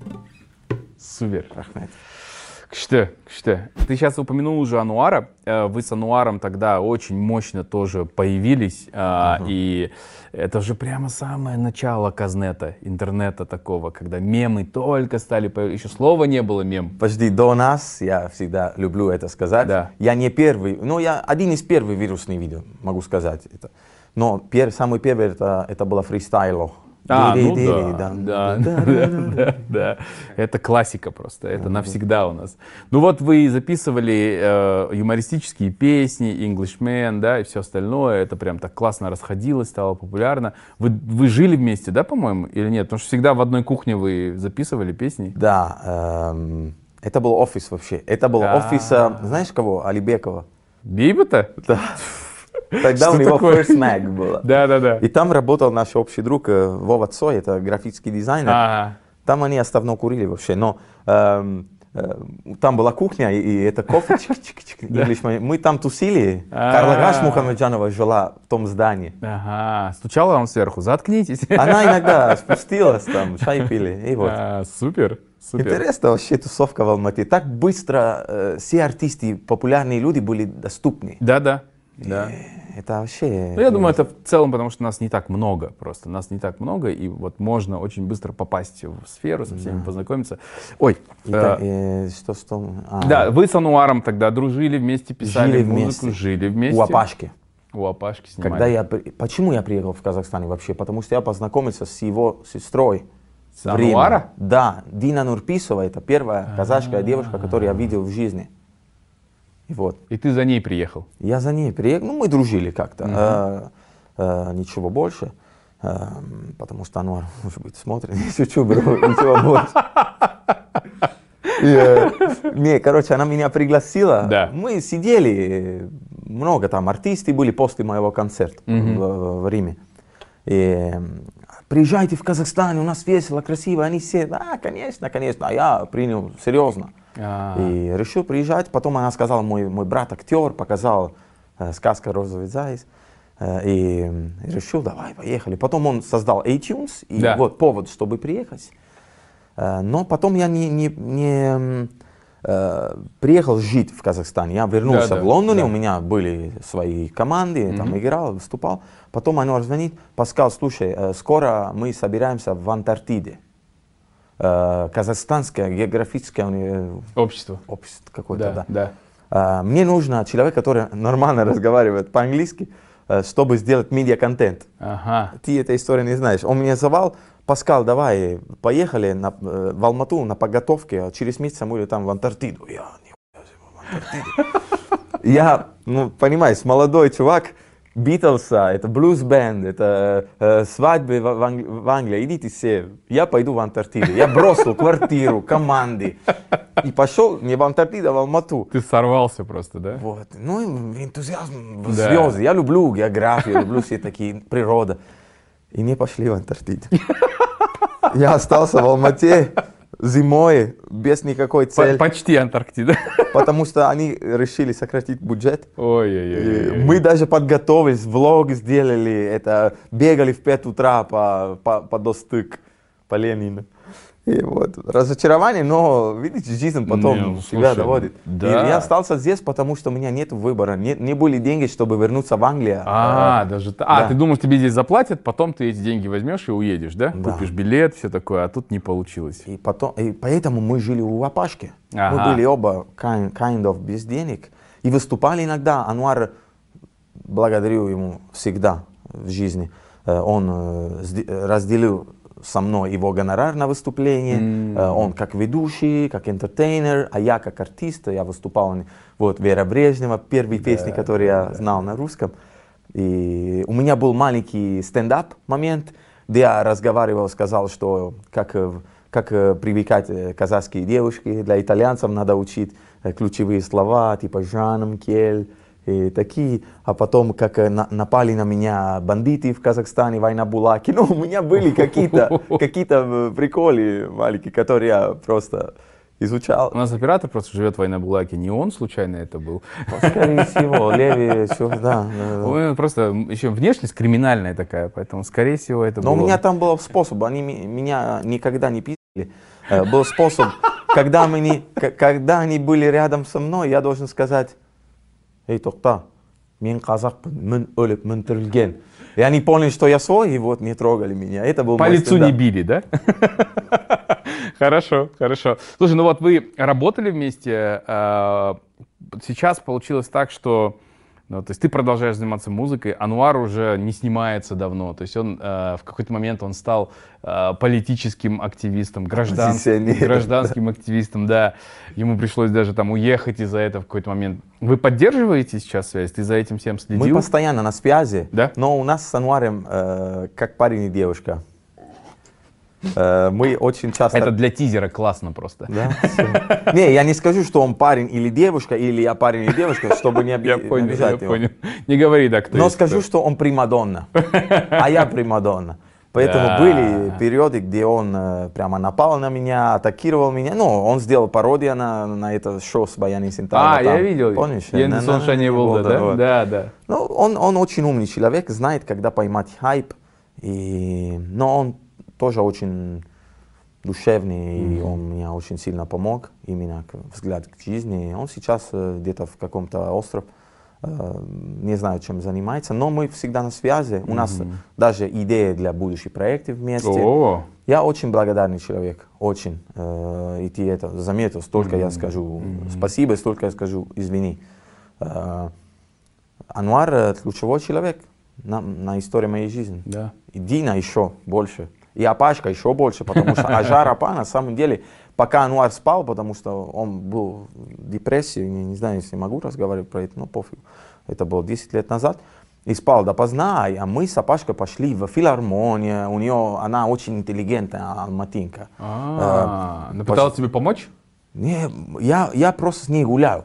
Супер. Кшты, кшты. Ты сейчас упомянул уже Ануара. Э, Вы с Ануаром тогда очень мощно тоже появились. а, И это же прямо самое начало казнета, интернета такого, когда мемы только стали появляться. Еще слова не было мем. Почти до нас, я всегда люблю это сказать. Да. Я не первый, ну я один из первых вирусных видео, могу сказать это. Но пер, самый первый это, это было фристайло. А, ну Ди-ди-ди-ди, да, да, да, да, да. Это классика просто, это навсегда у нас. Ну вот вы записывали э, юмористические песни, Englishman, да, и все остальное, это прям так классно расходилось, стало популярно. Вы, вы жили вместе, да, по-моему, или нет? Потому что всегда в одной кухне вы записывали песни. Да, эм, это был офис вообще. Это был А. офис, э, знаешь кого? Алибекова. Бейба-то? Да. Тогда Что у него такое? First Mag было. Да, да, да. И там работал наш общий друг э, Вова Цой, это графический дизайнер. Ага. Там они оставно курили вообще, но эм, э, там была кухня, и, и это кофе, чик-чик-чик, Englishman. Мы там тусили, Карла Гаш Мухамеджанова жила в том здании. Ага. Стучала вам сверху, заткнитесь. Она иногда спустилась там, чай пили, и вот. А, Супер, супер. Интересно вообще тусовка в Алмате. Так быстро э, все артисты, популярные люди были доступны. Да, да. Да. Это вообще... Ну, я думаю, это в целом, потому что нас не так много просто. Нас не так много, и вот можно очень быстро попасть в сферу, со всеми познакомиться. Ой, И э, та- э, что, что... а, да, вы с Ануаром тогда дружили вместе, писали Жили музыку, вместе. жили вместе. У Апашки. У Апашки снимали. Когда я... при- Почему я приехал в Казахстан вообще? Потому что я познакомился с его сестрой. С в Риме. Ануара? Да, Дина Нурписова, это первая казахская девушка, которую я видел в жизни. И вот. И ты за ней приехал. Я за ней приехал, ну мы дружили как-то, э, э, ничего больше, э, потому что Ануар, может быть, смотрит, не шучу, бро, ничего больше. И, э, не, короче, она меня пригласила, Да. мы сидели, много там артисты были после моего концерта в, в Риме. И приезжайте в Казахстан, у нас весело, красиво. Они все, да, конечно, конечно. А я принял серьезно. А. И решил приезжать. Потом она сказала, мой, мой брат актер, показал э, сказка «Розовый заяц». Э, и, и решил, давай, поехали. Потом он создал iTunes, и Да. вот повод, чтобы приехать. Э, но потом я не, не, не э, приехал жить в Казахстан. Я вернулся Да, да, в Лондоне, да. у меня были свои команды, Мгм. там играл, выступал. Потом Ануар звонит, Паскал, слушай, э, скоро мы собираемся в Антарктиде. Э, Казахстанское географическое уни- Общество. общество какое-то, Да, да. да. Э, Мне нужно человек, который нормально разговаривает по-английски, э, чтобы сделать медиа-контент. Ага. Ты этой истории не знаешь. Он меня звал, Паскал, давай, поехали на, э, в Алмату на подготовке, а через месяц мы улетаем в Антарктиду. Я, нихуя себе, в Антарктиду. Я, ну, понимаешь, молодой чувак, Битлса, это блюз-бенд, это э, свадьбы в, в, Англи- в Англии, идите все, я пойду в Антарктиду. Я бросил квартиру, команды и пошел не в Антарктиду, а в Алмату. Ты сорвался просто, да? Вот. Ну, и энтузиазм, Да. звезды. Я люблю географию, люблю все такие, природа. И не пошли в Антарктиду. Я остался в Алмате зимой, без никакой По- цели, Почти Антарктида. потому что они решили сократить бюджет. И Ой-ой-ой. мы даже подготовились, влог сделали, это, бегали в пять утра по, по, по Достык, по Ленину. И вот, разочарование, но, видите, жизнь потом Не, ну, себя слушай, доводит. да. И я остался здесь, потому что у меня нет выбора, не, не были деньги, чтобы вернуться в Англию. А, даже так. А, да. ты думаешь, тебе здесь заплатят, потом ты эти деньги возьмешь и уедешь, да? Да. Купишь билет, все такое, а тут не получилось. И, потом, и поэтому мы жили у Апашки. Ага. Мы были оба kind, kind of без денег. И выступали иногда. Ануар, благодарю ему всегда в жизни, э, он э, сде- разделил со мной его гонорар на выступление. М. Э, Он как ведущий, как энтертейнер, а я как артист. Я выступал, вот, Вера Брежнева, первые песни, которые я знал на русском. И у меня был маленький стендап момент, где я разговаривал, сказал, что как, э, как э, привлекать э, казахские девушки, для итальянцев надо учить э, ключевые слова, типа «жаном», «кель» и такие. А потом, как э, на- напали на меня бандиты в Казахстане, война Булаки. Ну, у меня были какие-то какие-то э, приколы маленькие, которые я просто изучал. У нас оператор просто живет в Войнабулаке, не он случайно это был. Скорее всего, Леви, всё, да. да, да. Он просто еще внешность криминальная такая, поэтому, скорее всего, это Но у было. меня там был способ, они ми- меня никогда не пиздили. Э, Был способ, когда, мы не- к- когда они были рядом со мной, я должен сказать, эй, токта, мен қазақпын, мен өліп, мен тірілген. И они поняли, что я свой, и вот не трогали меня. Это был По мой лицу стендап. не били, да? Хорошо, хорошо. Слушай, ну вот вы работали вместе, а, сейчас получилось так, что, ну, то есть ты продолжаешь заниматься музыкой, Ануар уже не снимается давно, то есть он а, в какой-то момент он стал а, политическим активистом, гражданским, Оппозиционером, гражданским активистом, да. Ему пришлось даже там уехать из-за этого в какой-то момент. Вы поддерживаете сейчас связь? Ты за этим всем Мы следил? постоянно на связи, Да? но у нас с Ануарем э, как парень и девушка. Э, мы очень часто... Это для тизера классно просто. Да, всё. Не, я не скажу, что он парень или девушка, или я парень или девушка, чтобы не оби- Я понял, я обижать его. понял. Не говори так, кто Но есть скажу, кто. что он примадонна, а я примадонна. Поэтому Да. были периоды, где он э, прямо напал на меня, атакировал меня. Ну, он сделал пародию на, на это шоу с Баяни Синтаго. А, я видел. Помнишь? Енді На- на- Соншане болды, да? вот. Да, да. Ну, он, он очень умный человек, знает, когда поймать хайп. И... Но он тоже очень душевный, и он мне очень сильно помог, именно к взгляд к жизни. Он сейчас э, где-то в каком-то острове, э, не знаю, чем занимается, но мы всегда на связи. У нас даже идеи для будущих проектов вместе. О, Я очень благодарный человек, очень. Э, и ты это заметил, столько я скажу спасибо, столько я скажу извини. Э, Ануар э, ключевой человек на, на истории моей жизни. да. И Дина еще больше. И Апашка еще больше, потому что Ажар Апа на самом деле, пока Ануар спал, потому что он был в депрессии, не, не знаю, если могу разговаривать про это, но пофиг. Это было десять лет назад. И спал допоздна, а мы с Апашкой пошли в филармонию. У нее, она очень интеллигентная алматинка. А, Э, ну, пыталась тебе помочь? Не, я, я просто с ней гуляю.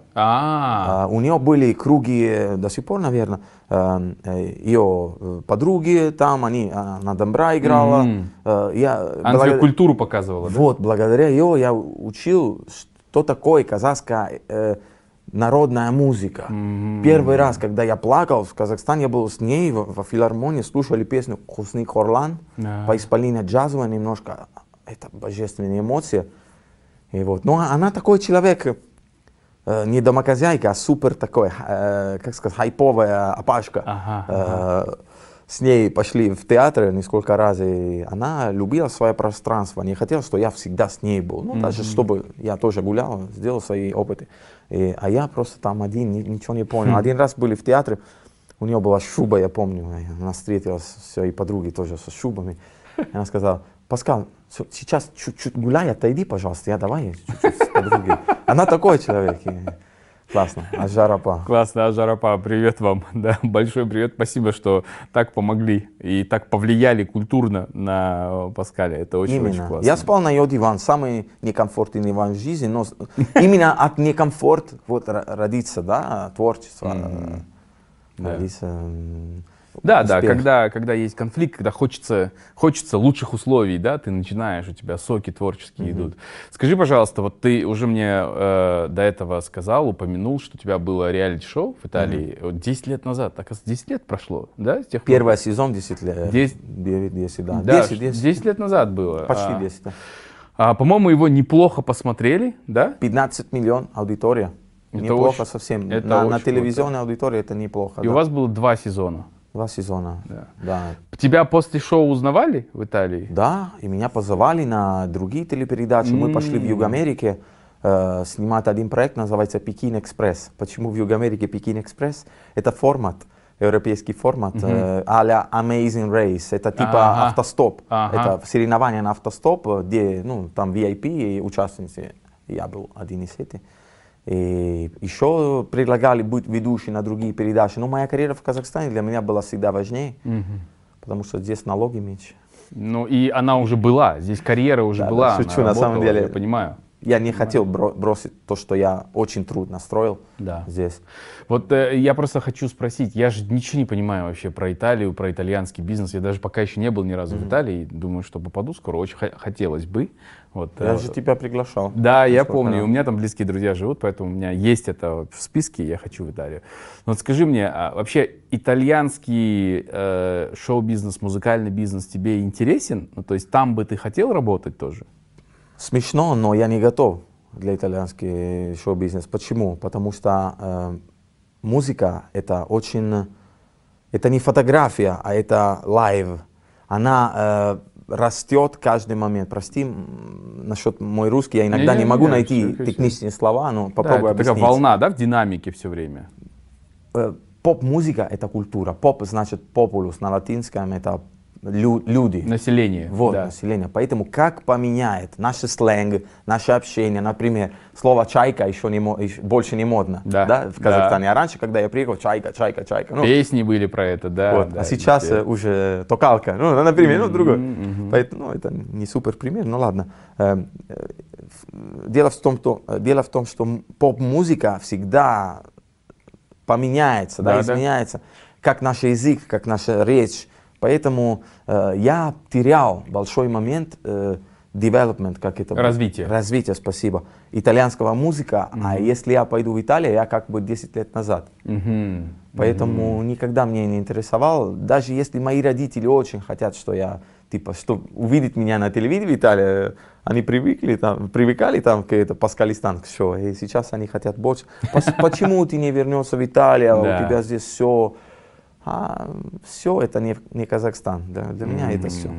А, А, у нее были круги э, до сих пор, наверное, э, э, ее э, подруги там, они, она домбра играла. Мгм. Э, я, она тебе благо- культуру показывала, да? Вот, благодаря ее я учил, что такое казахская э, народная музыка. Первый раз, когда я плакал в Казахстане, я был с ней во, во филармонии, слушали песню «Хусни Хорлан» Да. по исполнению джазовой немножко. Это божественные эмоции. И вот. Но она такой человек, э, не домохозяйка, а супер такой, э, как сказать, хайповая апашка. Ага, Э, С ней пошли в театр несколько раз, и она любила свое пространство, не хотела, что я всегда с ней был. Ну, даже чтобы я тоже гулял, сделал свои опыты. И, а я просто там один, ни- ничего не понял. Один раз были в театре, у нее была шуба, я помню, и она встретилась, все, и подруги тоже со шубами. И она сказала: Паскал, с- сейчас чуть-чуть гуляй, отойди, пожалуйста, я давай чуть-чуть с подругой. Она такой человек. и Классно. Ажарапа. Классно, Ажарапа, привет вам. Да, большой привет, спасибо, что так помогли и так повлияли культурно на э, Паскаля. Это очень-очень Именно. классно. Я спал на ее диван, самый некомфортный диван в жизни, но с- именно от некомфорта вот р- родится, да, творчество, э, Да. родится м, Да, да, успех. когда, когда есть конфликт, когда хочется, хочется лучших условий, да, ты начинаешь, у тебя соки творческие идут. Скажи, пожалуйста, вот ты уже мне э, до этого сказал, упомянул, что у тебя было реалити-шоу в Италии вот десять лет назад. Так, десять лет прошло, да, с тех пор? Первый сезон десять лет. Десять- девять, десять, да. Да, десять, десять. десять лет назад было. Почти А, десять. да. а, по-моему, его неплохо посмотрели, да? пятнадцать миллионов аудитория. Это неплохо очень- совсем. это на, очень на круто. телевизионной аудитории это неплохо. И да. у вас было два сезона. Два сезона. Да. Да. Тебя после шоу узнавали в Италии? Да, и меня позывали на другие телепередачи. Мы пошли в Юг-Америке э, снимать один проект, называется «Пекин Экспресс». Почему в Юг-Америке «Пекин Экспресс»? Это формат, европейский формат, э, а-ля Amazing Race. Это типа Ага. автостоп. Ага. Это соревнования на автостоп, где ну, там ви ай пи и участницы. Я был один из этих. И еще предлагали быть ведущим на другие передачи. Но моя карьера в Казахстане для меня была всегда важнее, потому что здесь налоги меньше. Ну и она уже была, здесь карьера уже Да, была. да, она шучу, на самом работала, деле. Я понимаю. Я не хотел бро- бросить то, что я очень трудно строил Да. здесь. Вот э, я просто хочу спросить, я же ничего не понимаю вообще про Италию, про итальянский бизнес. Я даже пока еще не был ни разу в Италии. Думаю, что попаду скоро, очень хо- хотелось бы. Вот, Я э, же тебя приглашал. Да, я Сколько помню, раз. у меня там близкие друзья живут, поэтому у меня есть это в списке, я хочу в Италию. Но вот скажи мне, а вообще итальянский э, шоу-бизнес, музыкальный бизнес тебе интересен? Ну, то есть там бы ты хотел работать тоже? Смешно, но я не готов для итальянского шоу-бизнеса. Почему? Потому что э, музыка это очень, это не фотография, а это лайв. Она э, растет каждый момент. Прости м, насчет мой русский, я иногда не, Не-не-не, могу всё найти хорошо. технические слова, но Да, попробую это такая объяснить. волна, да, в динамике все время. Э, Поп-музыка это культура. Поп значит популус на латинском, это лю- люди. Население. Вот, да. население. Поэтому как поменяет наш сленг, наше общение, например, слово «чайка» еще, не, мо- еще больше не модно Да, да, в да. Казахстане. А раньше, когда я приехал, «чайка, чайка, чайка». Ну, Песни были про это, да. вот. да, А сейчас везде. э, уже «токалка», ну, например, ну, другой. Мгм, мгм. Поэтому, ну, это не супер пример, ну ладно. Э, э, в- Дело в том, что, э, дело в том, что м- поп-музыка всегда поменяется, да, Да, да. изменяется, как наш язык, как наша речь. Поэтому э, я терял большой момент э, development, как это будет? Развитие. Развитие, спасибо. Итальянского музыка, а если я пойду в Италию, я как бы десять лет назад. Мгм. Поэтому никогда мне не интересовал, даже если мои родители очень хотят, что я, типа, что увидеть меня на телевидении в Италии, они привыкли там, привыкали там к это Паскалистан шоу, и сейчас они хотят больше. Пос- Почему ты не вернешься в Италию, Да. у тебя здесь все, а, все это не, не Казахстан, да, для меня это все.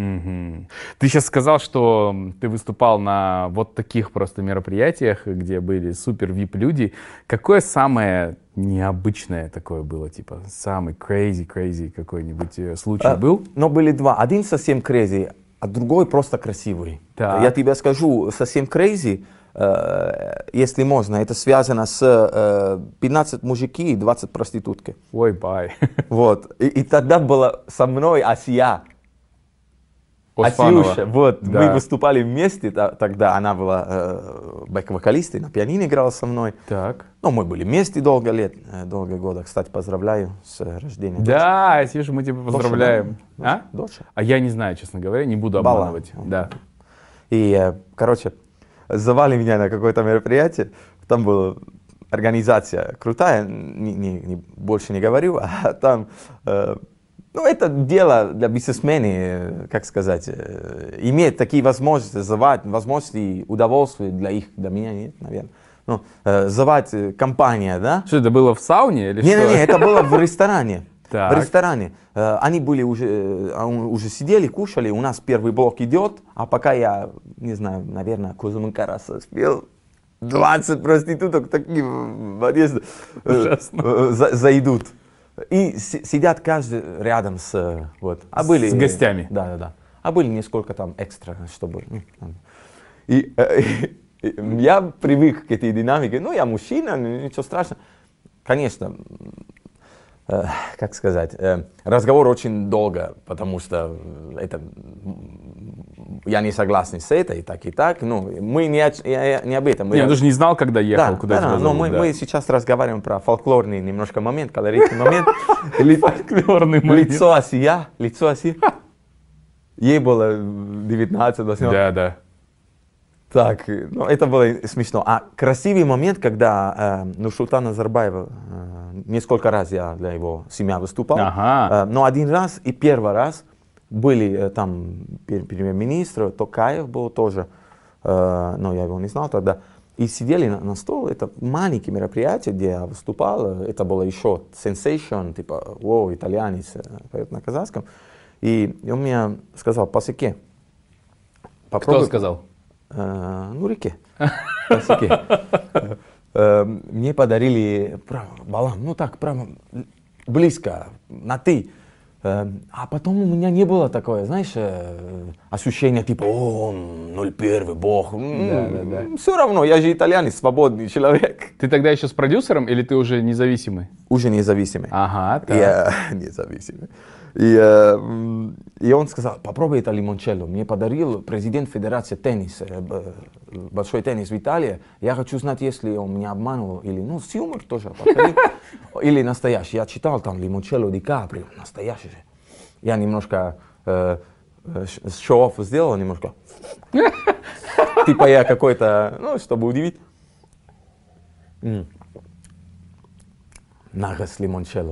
Мгм. Ты сейчас сказал, что ты выступал на вот таких просто мероприятиях, где были супер ви ай пи-люди. Какое самое необычное такое было, типа самый crazy-crazy какой-нибудь э, случай был? Но были два, один совсем crazy, а другой просто красивый. Так. Я тебе скажу, совсем crazy, э, если можно, это связано с э, пятнадцать мужики и двадцать проститутки. Ой, бай. Вот. И, и тогда была со мной Асия. Оспанова. Асюша, вот, Да. мы выступали вместе, та- тогда она была э, бэк-вокалистой, на пианино играла со мной. Так. Ну, мы были вместе долго лет, э, долго года. Кстати, поздравляю с э, рождением. Да, Асюша, мы тебя поздравляем. Доча, А? Доча. А я не знаю, честно говоря, не буду Бала. обманывать. Да. И, э, короче, звали меня на какое-то мероприятие, там была организация крутая, не, не- не- больше не говорю, а там, э, ну, это дело для бизнесменов, э, как сказать, э, иметь такие возможности, звать, возможности и удовольствие для их, для меня нет, наверное. Ну, э, звать э, компания, да? Что, это было в сауне или что? Не-не-не, это было в ресторане. Так. В ресторане. Э, Они были уже, э, а, уже сидели, кушали, у нас первый блок идет, а пока я, не знаю, наверное, Козумынкараса спел, двадцать проституток такие в подъезде э, Ужасно. э, за- зайдут. И си- сидят каждый рядом с, э, вот. А были, С гостями. Да, да, да. А были несколько там экстра, чтобы... ну, там. И, э, и я привык к этой динамике. Ну, я мужчина, ну, ничего страшного. Конечно, э, как сказать, э, разговор очень долго, потому что это, м, я не согласен с этой, так и так. Ну, мы не, о- я- я- не об этом. Я Мы- даже не знал, когда ехал, да, куда да, тебя да, но зовут, мы, да. мы сейчас разговариваем про фольклорный немножко момент, колоритный момент. Ли- Фольклорный момент. Лицо Асия, лицо Асия. Ей было девятнадцать, восемнадцать. Да, да. Так, ну это было смешно. А красивый момент, когда э, Нурсултан Назарбаев, э, несколько раз я для его семьи выступал, Ага. э, но один раз и первый раз были э, там пер- премьер-министр, Токаев был тоже, э, но я его не знал тогда, и сидели на, на стол, это маленькое мероприятие, где я выступал, это было еще sensation, типа, о, итальянец э, поет на казахском, и он мне сказал, пасеке, Кто сказал? Э, ну, реке. Пасеке. Э, Мне подарили право, балам, ну так, прямо близко, на ты. Э, А потом у меня не было такое, знаешь, э, ощущения типа, о, он ноль первый бог. Все равно, я же итальянец, свободный человек. Ты тогда еще с продюсером или ты уже независимый? Уже независимый. Ага, так. Я независимый. И, э, м, и он сказал, попробуй это лимончелло. Мне подарил президент Федерации тенниса, э, б- большой теннис в Италии. Я хочу знать, если он меня обманывал или, ну, с юмором тоже подходил, или настоящий. Я читал там лимончелло Ди Каприо, настоящий же. Я немножко э, э, ш- шоу-офф сделал, немножко. Типа я какой-то, ну, чтобы удивить. М. Нагас лимончелло.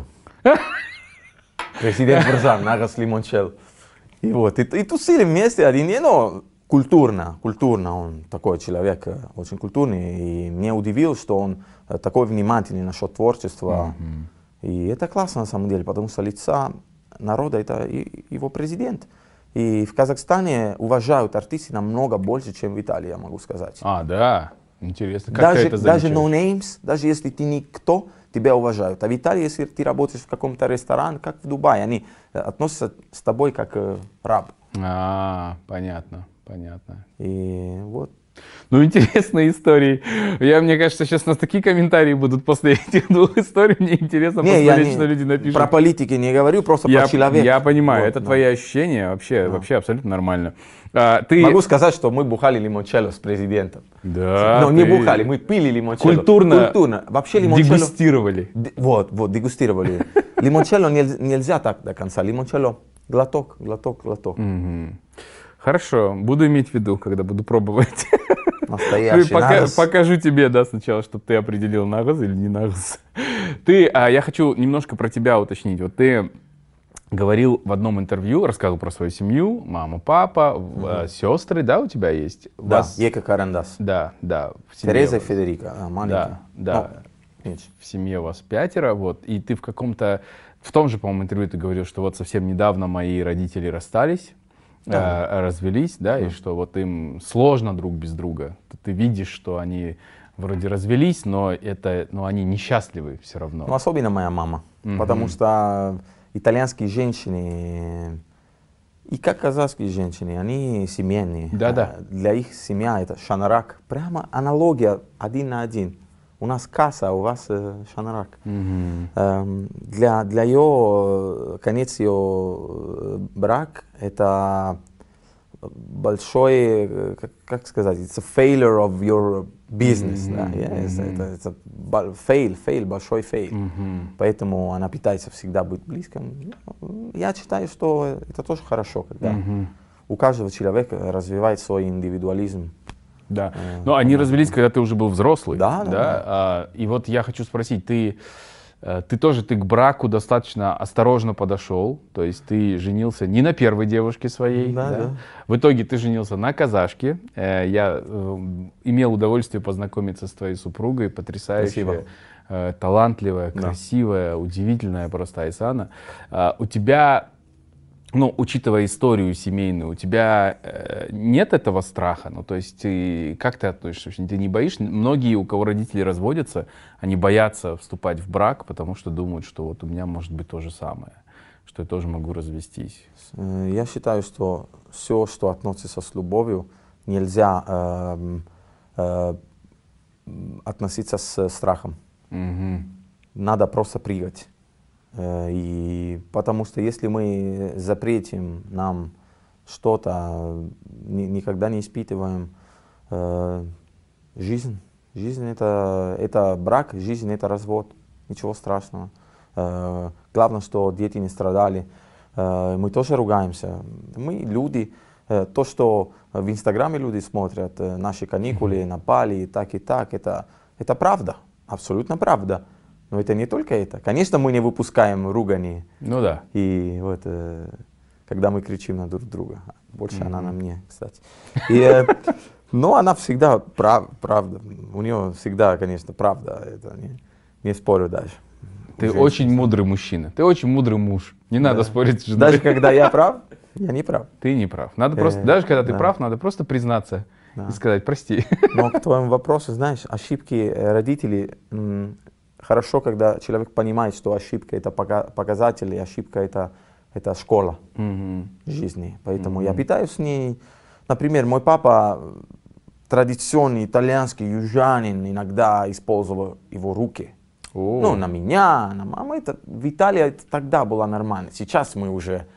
Президент Буржан, Нагас лимончелло. И вот, и, и тусили вместе один день, но культурно, культурно он такой человек, э, очень культурный. И мне удивил, что он э, такой внимательный насчет творчества. И это классно на самом деле, потому что лица народа это и- его президент. И в Казахстане уважают артисты намного больше, чем в Италии, я могу сказать. А, да. Интересно. Как Даже, ты это даже замечаешь? no names, даже если ты никто, тебя уважают. А в Италии, если ты работаешь в каком-то ресторане, как в Дубае, они э, относятся с тобой как э, раб. А, понятно, понятно. И вот. Ну, интересные истории. Я, мне кажется, сейчас у нас такие комментарии будут после этих двух историй. Мне интересно Не, я посмотреть, не- что люди напишут. про политики не говорю, просто я, про человека. я понимаю, Вот, это да. твои ощущения, вообще, вообще абсолютно нормально. А, ты... Могу сказать, что мы бухали лимончелло с президентом. Да, Но не ты бухали, мы пили лимончелло. Культурно, Культурно. Вообще лимончелло... дегустировали. Д- Вот, вот, дегустировали. Лимончелло нельзя, нельзя так до конца. Лимончелло глоток, глоток, глоток. Мгм. Хорошо, буду иметь в виду, когда буду пробовать. Настоящий Пока- нагас. покажу тебе, да, сначала, чтобы ты определил нагаз или не нагаз. Ты, а, я хочу немножко про тебя уточнить. Вот ты говорил в одном интервью, рассказывал про свою семью, мама, папа, в- сестры, да, у тебя есть? У Да, вас- Ека Карандас. Да, да. в семье Тереза и у вас- Федерика, а, маленькие. Да, да. Ну, меньше. В семье у вас пятеро, вот, и ты в каком-то, в том же, по-моему, интервью ты говорил, что вот совсем недавно мои родители расстались, Да. э, развелись, да, и что вот им сложно друг без друга. Ты видишь, что они вроде развелись, но это, но они несчастливы все равно. Ну, особенно моя мама. Потому что итальянские женщины, и как казахские женщины, они семейные. Да-да. А Для их семья это шанарак. Прямо аналогия один на один. У нас касса, у вас э, шанарак. Мгм. Эм, для, для ее, конец ее э, брак, это большой, э, как, как сказать, it's a failure of your business. Мгм, Да, yeah, it's, мгм. это, это ба- fail, fail, большой fail. Мгм. Поэтому она пытается всегда быть близким. Я считаю, что это тоже хорошо, когда Мгм. у каждого человека развивает свой индивидуализм. Да. Э, Но они по-моему. развелись, когда ты уже был взрослый. Да, да, да. А, и вот я хочу спросить, ты, э, ты тоже ты к браку достаточно осторожно подошел, то есть ты женился не на первой девушке своей, Да, да. В итоге ты женился на казашке. Э, Я э, имел удовольствие познакомиться с твоей супругой, потрясающая, Спасибо. э, талантливая, Да. красивая, удивительная просто Айсана. А, У тебя, ну, учитывая историю семейную, у тебя э, нет этого страха? Ну, то есть, ты, как ты относишься? Вообще, ты не боишься? Многие, у кого родители разводятся, они боятся вступать в брак, потому что думают, что вот у меня может быть то же самое, что я тоже могу развестись. Э, Я считаю, что все, что относится с любовью, нельзя эм, э, м, относиться с страхом. Мгм. Надо просто прыгать. Э, И потому что если мы запретим нам что-то, ни- никогда не испытываем э, жизнь. Жизнь это, это брак, жизнь это развод. Ничего страшного. Э, Главное, что дети не страдали. Э, Мы тоже ругаемся. Мы люди. Э, То, что в Инстаграме люди смотрят, э, наши каникулы на Бали, и так и так, это, это правда. Абсолютно правда. Но это не только это. Конечно, мы не выпускаем ругани. Ну да. И вот, э, когда мы кричим на друг друга. Больше она на мне, кстати. И, э, но она всегда прав, правда. У нее всегда, конечно, правда. Это не, не спорю даже. Ты Женщина. очень мудрый мужчина. Ты очень мудрый муж. Не надо Да. спорить с женой. Даже когда я прав, я не прав. Ты не прав. Надо просто, Э, даже когда ты да. прав, надо просто признаться Да. и сказать прости. Но к твоему вопросу, знаешь, ошибки э, родителей, м, хорошо, когда человек понимает, что ошибка это пока- показатель, и ошибка это, это школа Мгм. жизни. Поэтому я питаюсь с ней. Например, мой папа, э, традиционный итальянский южанин, иногда использовал его руки. О. Ну, на меня, на маму. Это, в Италии это тогда было нормально. Сейчас мы уже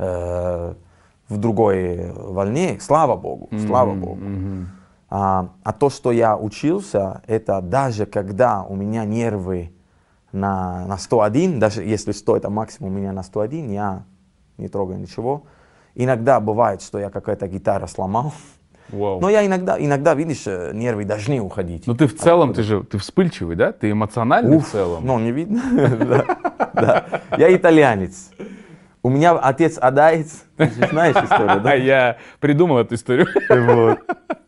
э, в другой волне, слава Богу, слава Мгм, Богу. мгм. А, а то, что я учился, это даже когда у меня нервы на, на сто один, даже если сто это максимум у меня на сто один, я не трогаю ничего. Иногда бывает, что я какая-то гитара сломал. Вау. Но я иногда, иногда, видишь, э, нервы должны уходить. Ну ты в целом, ты же ты вспыльчивый, да? Ты эмоциональный в целом. Ну, не видно. Да, да. Я итальянец. У меня отец адаец. Ты же знаешь историю, А да? я придумал эту историю. Вот.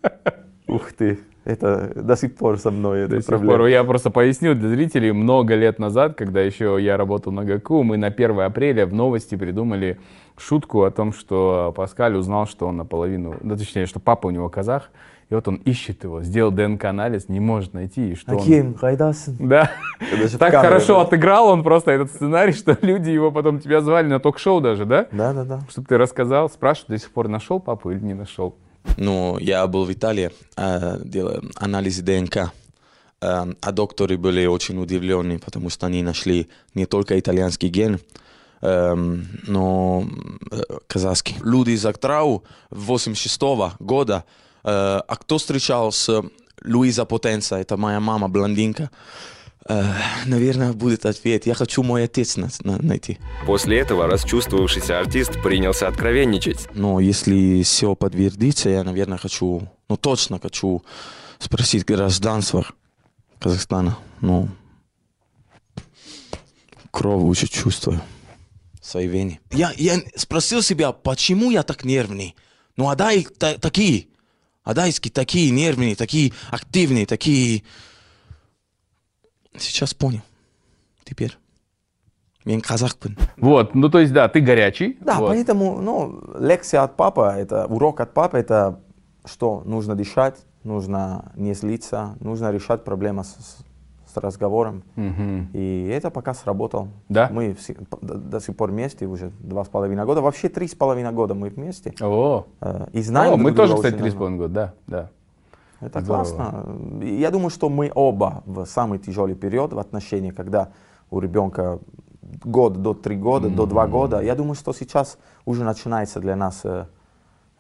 Ух ты, это до сих пор со мной. До Это сих пор. проблема. Я просто поясню для зрителей, много лет назад, когда еще я работал на ГАКУ, мы на первое апреля в новости придумали шутку о том, что Паскаль узнал, что он наполовину, да, точнее, что папа у него казах, и вот он ищет его, сделал ДНК-анализ, не может найти, и что он... Аким, хайдасын. Да, даже в так камеру, хорошо да. отыграл он просто этот сценарий, что люди его потом тебя звали на ток-шоу даже, да? Да, да, да. Чтобы ты рассказал, спрашивают, до сих пор нашел папу или не нашел. Ну, я был в Италии, э, делал анализы ДНК, э, а докторы были очень удивлены, потому что они нашли не только итальянский ген, э, но э, казахский. Люди из Актрау восемьдесят шестого года, э, а кто встречал с Луиза Потенца, это моя мама, блондинка, э, наверное, будет ответ. Я хочу мой отец на- на- найти. После этого расчувствовавшийся артист принялся откровенничать. Но если все подтвердится, я, наверное, хочу, ну точно хочу спросить гражданство Казахстана. Ну, кровь уже чувствую в своей вене. Я, я спросил себя, почему я так нервный? Ну, а дай та- такие, адайские такие нервные, такие активные, такие... Сейчас понял. Теперь. Я казах. Вот, ну то есть, да, ты горячий. Да, вот. поэтому, ну, лекция от папы, это урок от папы, это что нужно дышать, нужно не злиться, нужно решать проблемы с, с- с разговором. Мгм. И это пока сработало. Да? Мы все- до, до сих пор вместе уже два с половиной года, вообще три с половиной года мы вместе. О, Э, И знаем О, мы друг тоже, друга кстати, очень три с давно. половиной года, да, да. Это Здорово. классно. И я думаю, что мы оба в самый тяжелый период в отношениях, когда у ребенка год до три года, до два года. Я думаю, что сейчас уже начинается для нас э,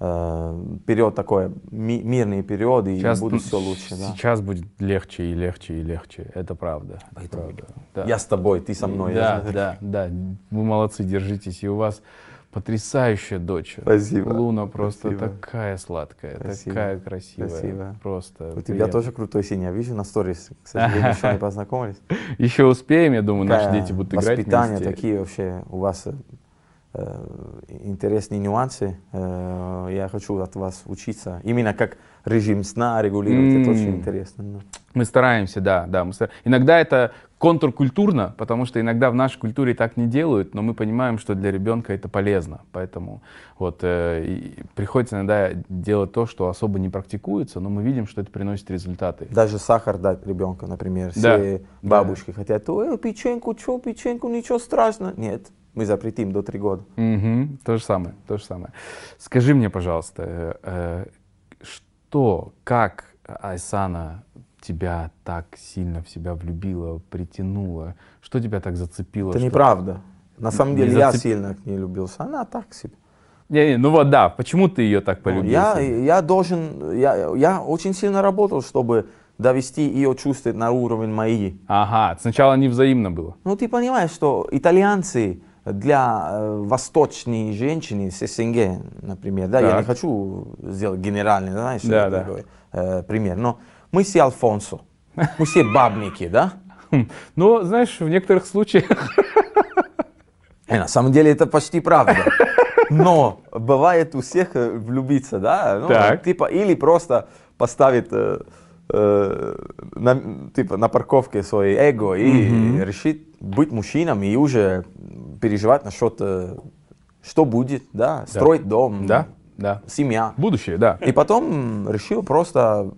э, период такой, ми, мирный период, и Сейчас, будет все лучше. Да. Сейчас будет легче и легче и легче. Это правда. Это правда. Да. Я с тобой, ты со мной. Да, я... да, да. Вы молодцы, держитесь. И у вас потрясающая дочь. Спасибо. Луна просто Спасибо. такая сладкая, Спасибо. такая красивая. Спасибо. Просто У тебя приятно. тоже крутой сын, я вижу на сторис. К сожалению, еще не познакомились. Еще успеем, я думаю, наши Такая дети будут играть воспитание, вместе. такие вообще у вас э, интересные нюансы. Э, я хочу от вас учиться. Именно как режим сна регулировать, это очень М. интересно. да. Мы стараемся, да, да. Мы стар- Иногда это контркультурно, потому что иногда в нашей культуре так не делают, но мы понимаем, что для ребенка это полезно. Поэтому вот э, и приходится иногда делать то, что особо не практикуется, но мы видим, что это приносит результаты. Даже сахар дать ребенку, например. Да. Все бабушки хотят, ой, печеньку, что, печеньку, ничего страшного. Нет, мы запретим до три года. Мгм. То же самое, то же самое. Скажи мне, пожалуйста, э, э, что, как Айсана тебя так сильно в себя влюбила, притянула? Что тебя так зацепило? Это что- неправда. На самом Не деле я зацеп- сильно к ней любился. Она так себе. Не, не, ну вот да, почему ты ее так полюбил? Я, я должен, я, я очень сильно работал, чтобы довести ее чувства на уровень мои. Ага, сначала невзаимно было. Ну, ты понимаешь, что итальянцы для э, восточной женщины с СНГ, например, да, я Так. не хочу сделать генеральный, знаешь, Да, э, да. такой, э, пример, но мы все Альфонсо, мы все бабники, да? Хм. Но, знаешь, в некоторых случаях... И на самом деле это почти правда. Но бывает у всех э, влюбиться, да? Ну, Так. типа, или просто поставить э, э, на, типа, на парковке свое эго и решить быть мужчином и уже переживать насчет, э, что будет, да? Строить дом, Да, да. семья. Будущее, да. И потом решил просто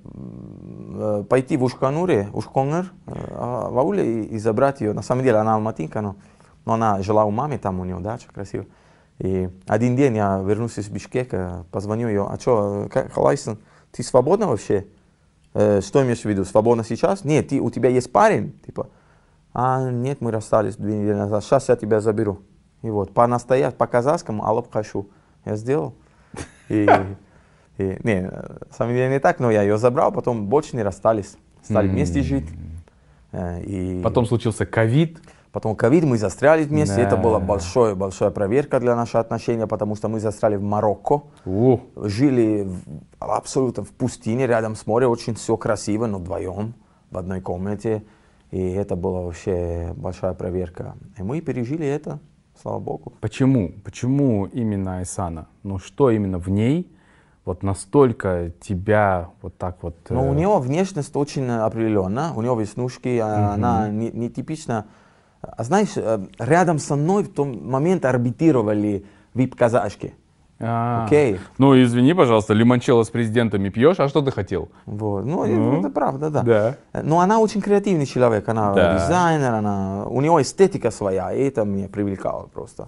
э, пойти в Ушкануре, Ушконгер, э, в ауле и, и забрать ее. На самом деле она алматинка, но, но она жила у мамы, там у нее дача красивая. И один день я вернулся из Бишкека, позвоню ее, а что, Халайсон, ты свободна вообще? Э, что имеешь в виду, свободна сейчас? Нет, ты, у тебя есть парень? Типа, а нет, мы расстались две недели назад, сейчас я тебя заберу. И вот, по настоящему, по казахскому, алап хашу. Я сделал. И, и, не, на самом деле не так, но я ее забрал, потом больше не расстались. Стали вместе жить. Э, И Потом случился ковид. потом ковид, мы застряли вместе. Да. Это была большая, большая проверка для наших отношений, потому что мы застряли в Марокко. Ух, Жили в- абсолютно в пустыне, рядом с морем, очень все красиво, но вдвоем, в одной комнате. И это была вообще большая проверка. И мы пережили это, слава богу. почему? Почему именно Айсана? Ну что именно в ней вот настолько тебя вот так вот... Но э, у нее внешность очень определенная, у нее веснушки, а она не, не типично. А знаешь, э, рядом со мной в тот момент орбитировали вип-казашки. а, Окей. Ну извини, пожалуйста, лимончелло с президентами пьешь, а что ты хотел? Вот. Ну, Ну, это правда, да. да. Но она очень креативный человек, она Да. дизайнер, она, у нее эстетика своя, и это меня привлекало просто.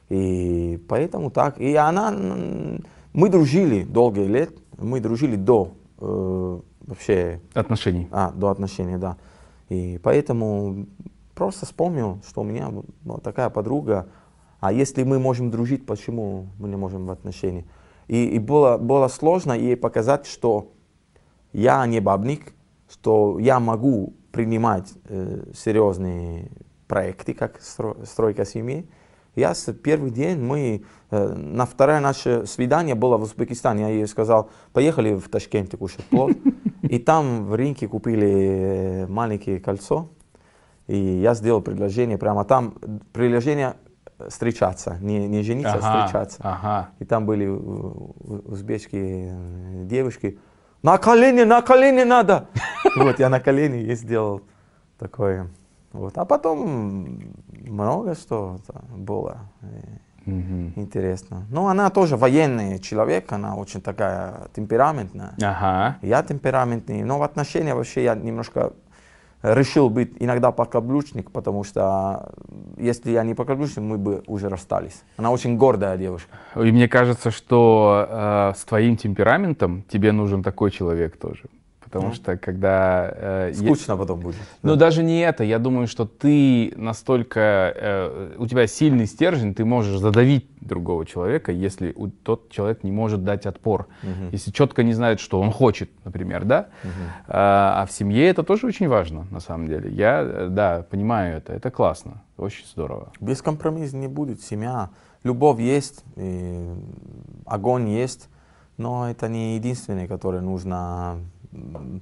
И поэтому так. И она, м, мы дружили долгие лет, мы дружили до э, вообще, Отношений. а, до отношений, да. И поэтому просто вспомнил, что у меня была такая подруга, а если мы можем дружить, почему мы не можем в отношениях? И, и было, было сложно ей показать, что я не бабник, что я могу принимать э, серьезные проекты, как стро- стройка семьи. Я с первый день, мы, э, на второе наше свидание было в Узбекистане, я ей сказал, поехали в Ташкенте кушать плов. И там в рынке купили э, маленькое кольцо. И я сделал предложение прямо там, предложение встречаться, не, не жениться, а Ага, встречаться. ага. И там были у- у- узбекские э, девушки. На колени, на колени надо! Вот, я на колени ей сделал такое. Вот. А потом много что было э, Мгм. интересно. Ну, она тоже военный человек, она очень такая темпераментная. Ага. Я темпераментный, но в отношениях вообще я немножко решил быть иногда покаблучник, потому что если я не покаблучник, мы бы уже расстались. Она очень гордая девушка. И мне кажется, что э, с твоим темпераментом тебе нужен такой человек тоже. Потому Ну. что когда... э, я- Скучно потом будет. Ну, даже не это. Я думаю, что ты настолько... э, у тебя сильный стержень, ты можешь задавить другого человека, если у- тот человек не может дать отпор. Мгм. Если четко не знает, что он хочет, например, да? Мгм. А, а в семье это тоже очень важно, на самом деле. Я, э, да, понимаю это. Это классно. Очень здорово. Без компромисса не будет семья. Любовь есть, и огонь есть, но это не единственное, которое нужно м,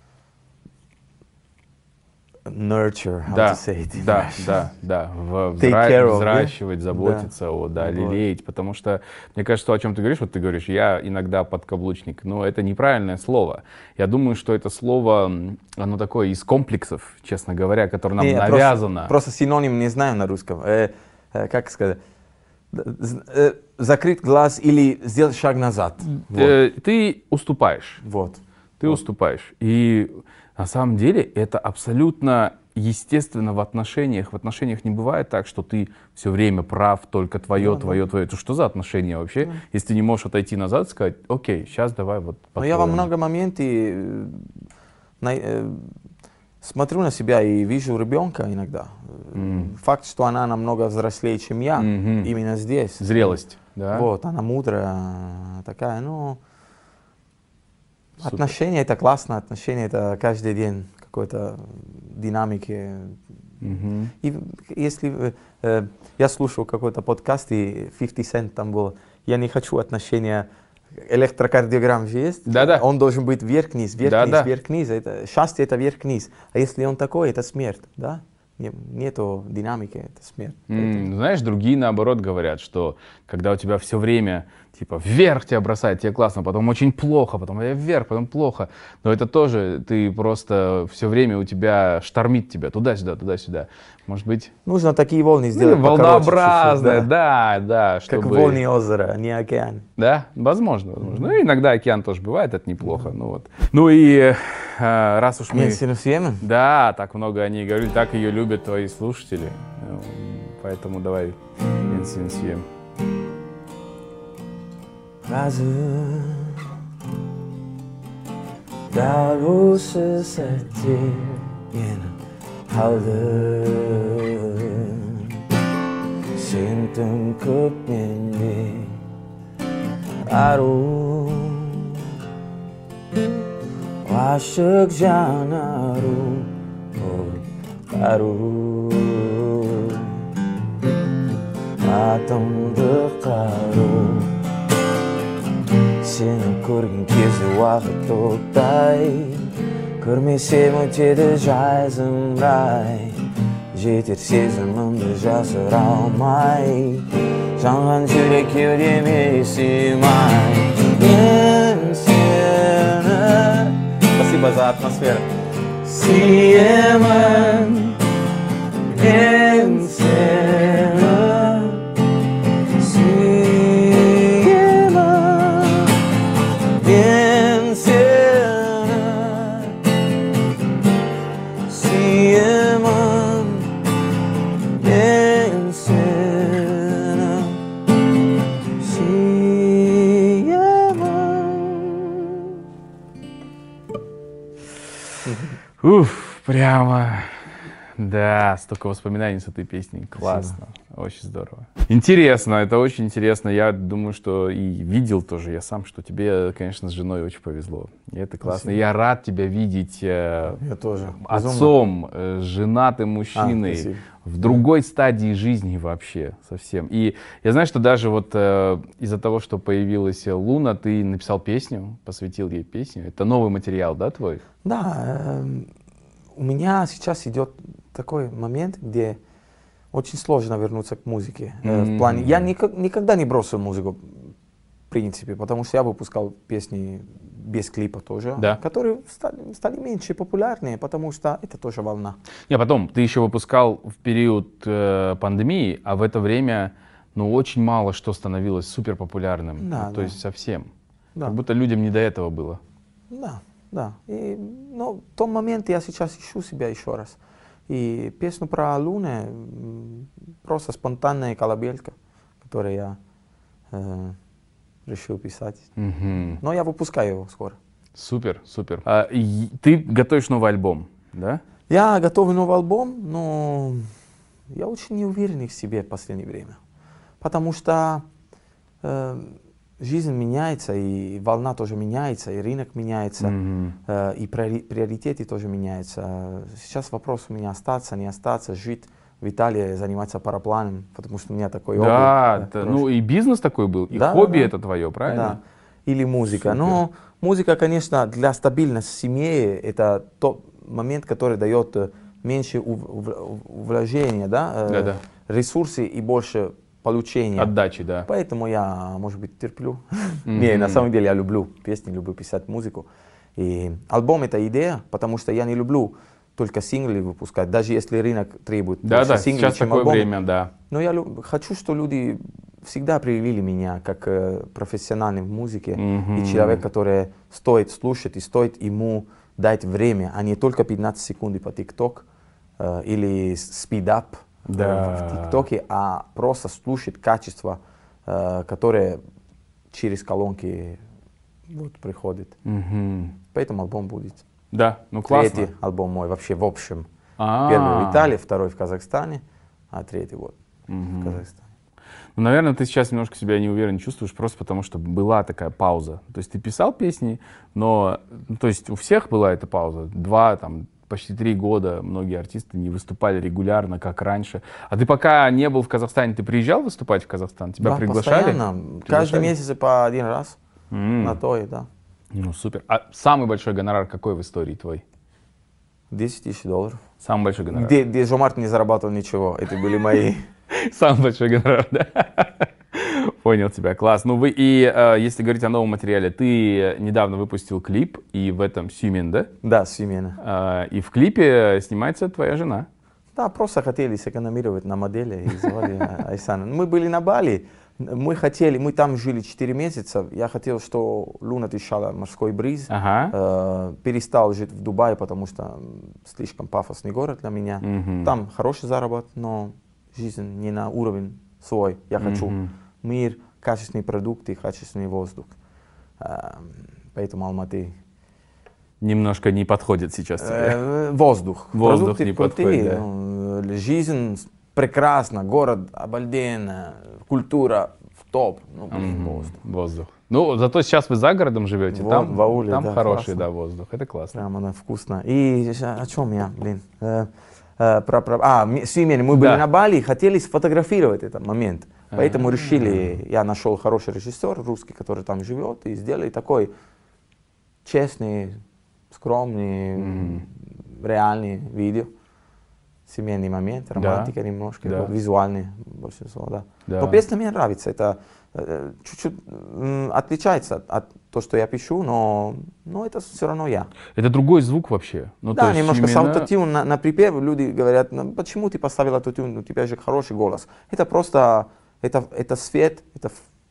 nurture, how Да, to say it in да, Russian. да, да. В- Take взра- care of, взращивать, да? заботиться, о, да, Вот. лелеять. Потому что, мне кажется, то, о чем ты говоришь, вот ты говоришь, я иногда подкаблучник, но это неправильное слово. Я думаю, что это слово, м, оно такое из комплексов, честно говоря, которое нам Не, я навязано. Просто, просто синоним не знаю на русском. Э, э, как сказать? Д- з- э, закрыть глаз или сделать шаг назад. Вот. Э, ты уступаешь. Вот. Ты уступаешь. И на самом деле это абсолютно естественно в отношениях. В отношениях не бывает так, что ты все время прав, только твое, Да, твое, твое. Это что за отношения вообще? Если ты не можешь отойти назад и сказать, окей, сейчас давай вот Но я во по-твоему». много моментов э, на- э, смотрю на себя и вижу ребенка иногда. М. Факт, что она намного взрослее, чем я, Мгм. именно здесь. Зрелость, да? Вот, она мудрая, такая, ну... Супер. Отношения это классно, отношения это каждый день какой-то динамики. Мгм. И если э, э, я слушал какой-то подкаст, и пятьдесят Cent там был, я не хочу отношения, электрокардиограмм же есть, Да-да. он должен быть вверх-вниз, вверх-вниз, Да-да. вверх-вниз, это, счастье это вверх-вниз, а если он такой, это смерть, да? Не- Нету динамики, это смерть. М, Знаешь, другие наоборот говорят, что когда у тебя все время типа вверх тебя бросает, тебе классно, потом очень плохо, потом я вверх, потом плохо. Но это тоже ты просто все время у тебя штормит тебя туда-сюда, туда-сюда. Может быть, Нужно такие волны ну, сделать покороче волнообразное, чуть-чуть, да, да, как чтобы... волны озера, а не океан. Да, возможно, возможно. Ну, иногда океан тоже бывает, это неплохо. Ну, вот. Ну и э, раз уж мы... Менсину Сьемен? Да, так много о ней говорили, так ее любят твои слушатели. Э, Поэтому давай, инсинсием. Razı Davuşu sertti Yine haldı Sintim köpmendi Aru Aşık canaru Aru Atımdı qaru Seni көрген кезде уақыт тоқтай Көрмесем өтеді жай зымырай Жетер сезімімді жасыра алмай Жанған жүрек кеудеме сыймай Мен сені Спасибо за атмосферу Сүйемін Мен сені Ben seni sevmem, ben seni sevmem. Уф, прямо, да, столько воспоминаний с этой песней. Классно, очень здорово. Интересно, это очень интересно. Я думаю, что и видел тоже я сам, что тебе, конечно, с женой очень повезло. И это классно. Спасибо. Я рад тебя видеть э, Я тоже. отцом, э, женатым мужчиной, спасибо. в другой стадии жизни вообще совсем. И я знаю, что даже вот э, из-за того, что появилась Луна, ты написал песню, посвятил ей песню. Это новый материал, да, твой? Да, эм, у меня сейчас идет такой момент, где очень сложно вернуться к музыке. Э, В плане, я никак- никогда не бросил музыку, в принципе, потому что я выпускал песни без клипа тоже, Да. которые стали, стали меньше популярные, потому что это тоже волна. Не, потом, ты еще выпускал в период э, пандемии, а в это время, ну, очень мало что становилось супер популярным. Да, Ну, то да. есть совсем. Да. Как будто людям не до этого было. Да, да. И, но в том моменте я сейчас ищу себя еще раз. И песню про Луну м, просто спонтанная колыбелька, которую я э, решил писать. Мгм. Но я выпускаю его скоро. Супер, супер. А, и ты готовишь новый альбом, да? Я готовлю новый альбом, но я очень не уверен в себе в последнее время. Потому что э, жизнь меняется, и волна тоже меняется, и рынок меняется, Mm-hmm. э, и приоритеты тоже меняются. Сейчас вопрос у меня остаться, не остаться, жить в Италии, заниматься парапланом, потому что у меня такой опыт. Да, Да, ну и бизнес такой был, и да, хобби да, это твое, правильно? Да. Или музыка. Супер. Но музыка, конечно, для стабильности семьи это тот момент, который дает э, меньше ув- ув- вложения, да, э, Да-да. ресурсы и больше получения. Отдачи, да. Поэтому я, может быть, терплю. Не, на самом деле я люблю песни, люблю писать музыку. И альбом это идея, потому что я не люблю только синглы выпускать, даже если рынок требует Да, больше да, синглов, сейчас чем такое альбомов. время, да. Но я лю- хочу, что люди всегда проявили меня как э, профессиональный в музыке Мгм. и человек, который стоит слушать и стоит ему дать время, а не только пятнадцать секунд по ТикТок э, или спидап Да. в ТикТоке, а просто слушать качество, э, которое через колонки вот, приходит. Мгм. Поэтому альбом будет. Да, ну классно. Третий альбом мой вообще в общем. А. Первый в Италии, второй в Казахстане, а третий вот Мгм. в Казахстане. Ну, наверное, ты сейчас немножко себя неуверенно чувствуешь, просто потому что была такая пауза. То есть ты писал песни, но, ну, то есть у всех была эта пауза. Два, там, почти три года многие артисты не выступали регулярно, как раньше. А ты пока не был в Казахстане, ты приезжал выступать в Казахстан? Тебя Да, приглашали? постоянно. Каждый Приглашали? месяц по один раз М. на то и да. Ну, супер. А самый большой гонорар какой в истории твой? десять тысяч долларов. Самый большой гонорар? Где, где Жомарт не зарабатывал ничего. Это были мои. Самый большой гонорар, да? Понял тебя, класс. Ну вы и э, если говорить о новом материале, ты недавно выпустил клип, и в этом Сюмин, да? Да, семейно. Э, и в клипе снимается твоя жена. Да, просто хотели сэкономировать на модели и звали Айсана. Мы были на Бали. Мы хотели, мы там жили четыре месяца. Я хотел, что Луна дышала морской бриз. Ага. Э, перестал жить в Дубае, потому что м, слишком пафосный город для меня. Мгм. Там хороший заработок, но жизнь не на уровень свой. Я хочу Мгм. мир, качественные продукты, качественный воздух. Э, поэтому Алматы. Немножко не подходит сейчас тебе. Э, воздух. Воздух Продукты не крутые, подходит, да. ну, жизнь прекрасна, город обалденно, культура в топ. Ну, блин, Мгм. воздух. Воздух. Ну, зато сейчас вы за городом живете, Во- там, в ауле, там да, хороший, классно. да, воздух. Это классно. Прям она вкусно. И ща- о чем я, блин? Э, э, про, про- а, м- с именем. Мы были Да. на Бали, хотели сфотографировать этот момент. Поэтому решили, я нашел хороший режиссер русский, который там живет, и сделали такой честный, скромный, реальный видео. Семейный момент, романтика немножко, да. вот, визуальный больше всего, да. Да. Но песня мне нравится, это э, чуть-чуть м, отличается от, от того, что я пишу, но, но это все равно я. Это другой звук вообще. Ну, то Да, есть немножко с именно- аутотюн на, на припев люди говорят, «Ну, почему ты поставил аутотюн, у тебя же хороший голос. Это просто, это, это свет, это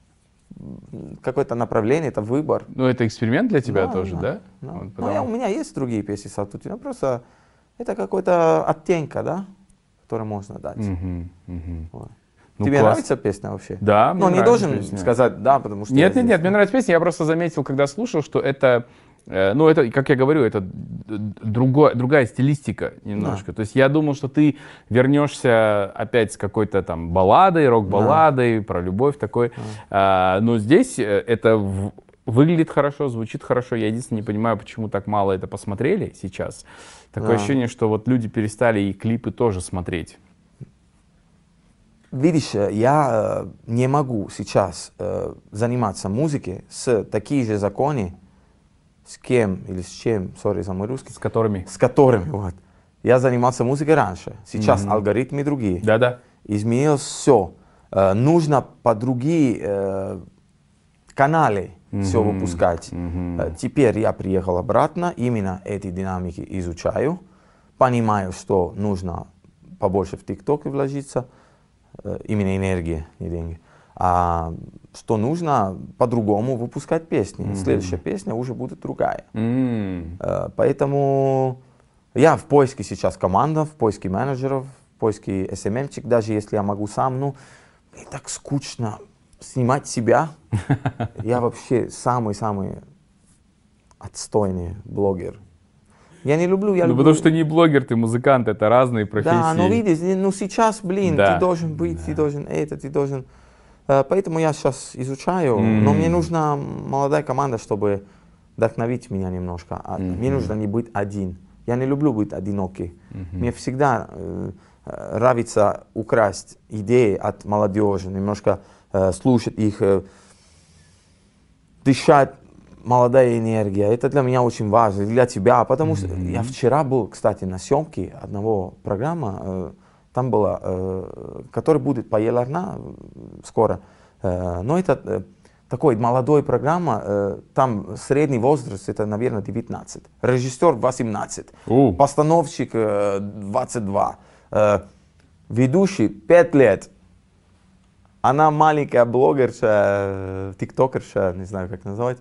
м, какое-то направление, это выбор. Ну, это эксперимент для тебя Да, тоже, да? да? Вот Ну, потому- я- у меня есть другие песни с аутотюном, просто это какой-то оттенка, да, который можно дать. Мгм, мгм. Вот. Ну, Тебе класс. нравится песня вообще? Да, мне Но не нравится должен песня. сказать да, потому что... Нет, я нет, здесь. нет, мне нравится песня. Я просто заметил, когда слушал, что это, э, ну, это, как я говорю, это д- другой, другая стилистика немножко. То есть я думал, что ты вернешься опять с какой-то там балладой, рок-балладой, про любовь такой. А, но здесь э, это в- выглядит хорошо, звучит хорошо. Я единственное не понимаю, почему так мало это посмотрели сейчас. Такое Да. ощущение, что вот люди перестали и клипы тоже смотреть. Видишь, э, я э, не могу сейчас э, заниматься музыкой с такими же законами, с кем или с чем, сори за мой русский, С которыми? с которыми, вот. Я занимался музыкой раньше. Сейчас алгоритмы другие. Да-да. Изменилось все. Э, нужно по другие э, каналы все выпускать. Э, теперь я приехал обратно, именно эти динамики изучаю, понимаю, что нужно побольше в ТикТок вложиться, э, именно энергия, не деньги. А что нужно по-другому выпускать песни. Следующая песня уже будет другая. М. Э, Поэтому я в поиске сейчас команда, в поиске менеджеров, в поиске эс эм эм-чик, даже если я могу сам, ну, мне так скучно снимать себя. Я вообще самый-самый отстойный блогер. Я не люблю, я Ну, люблю... потому что не блогер, ты музыкант, это разные профессии. Да, но видишь, ну сейчас, блин, Да. ты должен быть, Да. ты должен это, ты должен... Э, Поэтому я сейчас изучаю, М. но мне нужна молодая команда, чтобы вдохновить меня немножко. А Мне нужно не быть один. Я не люблю быть одинокий. Мне всегда э, э, нравится украсть идеи от молодежи, немножко э, слушать их, э, дышать молодая энергия. Это для меня очень важно, для тебя, потому что я вчера был, кстати, на съемке одного программа, э, там было, э, который будет по Еларна скоро, э, но это э, такой молодой программа, э, там средний возраст, это, наверное, девятнадцать, режиссер восемнадцать, У. постановщик э, двадцать два, э, ведущий пять лет. Она маленькая блогерша, э, тиктокерша, не знаю, как назвать,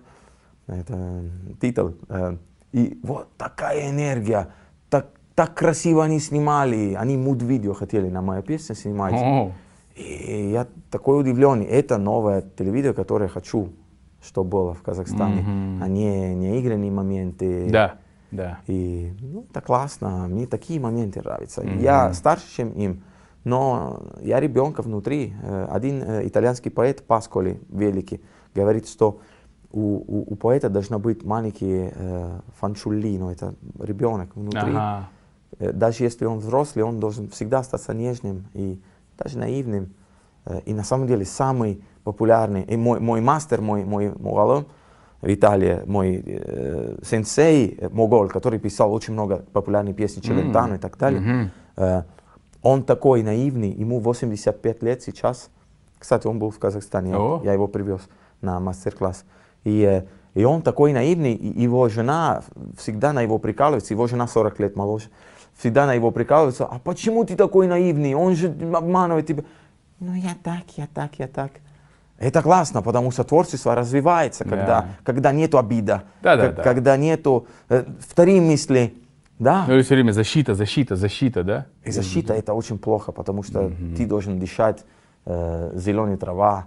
это титул. Э, и вот такая энергия, так, так красиво они снимали, они муд-видео хотели на мою песню снимать. О. И я такой удивленный, это новое телевидение, которое я хочу, чтобы было в Казахстане, Мгм. а не, не игренные моменты. Да, да. И ну, это классно, мне такие моменты нравятся. Мгм. Я старше, чем им, но я ребенка внутри. Э, Один э, итальянский поэт Пасколи, великий, говорит, что у, у, у поэта должна быть маленький э, фанчулли, но это ребенок внутри. Ага. Э, Даже если он взрослый, он должен всегда остаться нежным и даже наивным. Э, И на самом деле самый популярный, и мой, мой мастер, мой, мой мугалом в Италии, мой э, сенсей э, Могол, который писал очень много популярных песен, Челентано и так далее, Мгм. э, он такой наивный, ему восемьдесят пять лет сейчас. Кстати, он был в Казахстане, я, О. я его привез на мастер-класс. И, э, и он такой наивный, и его жена всегда на его прикалывается, его жена сорок лет моложе, всегда на его прикалывается, а почему ты такой наивный, он же обманывает тебя. Ну я так, я так, я так. Это классно, потому что творчество развивается, Да. когда, когда нету обида, Да, да, как- да. когда нету э, вторые мысли. Да. Ну и все время защита, защита, защита, да? И защита это очень плохо, потому что ты должен дышать э, зеленая трава,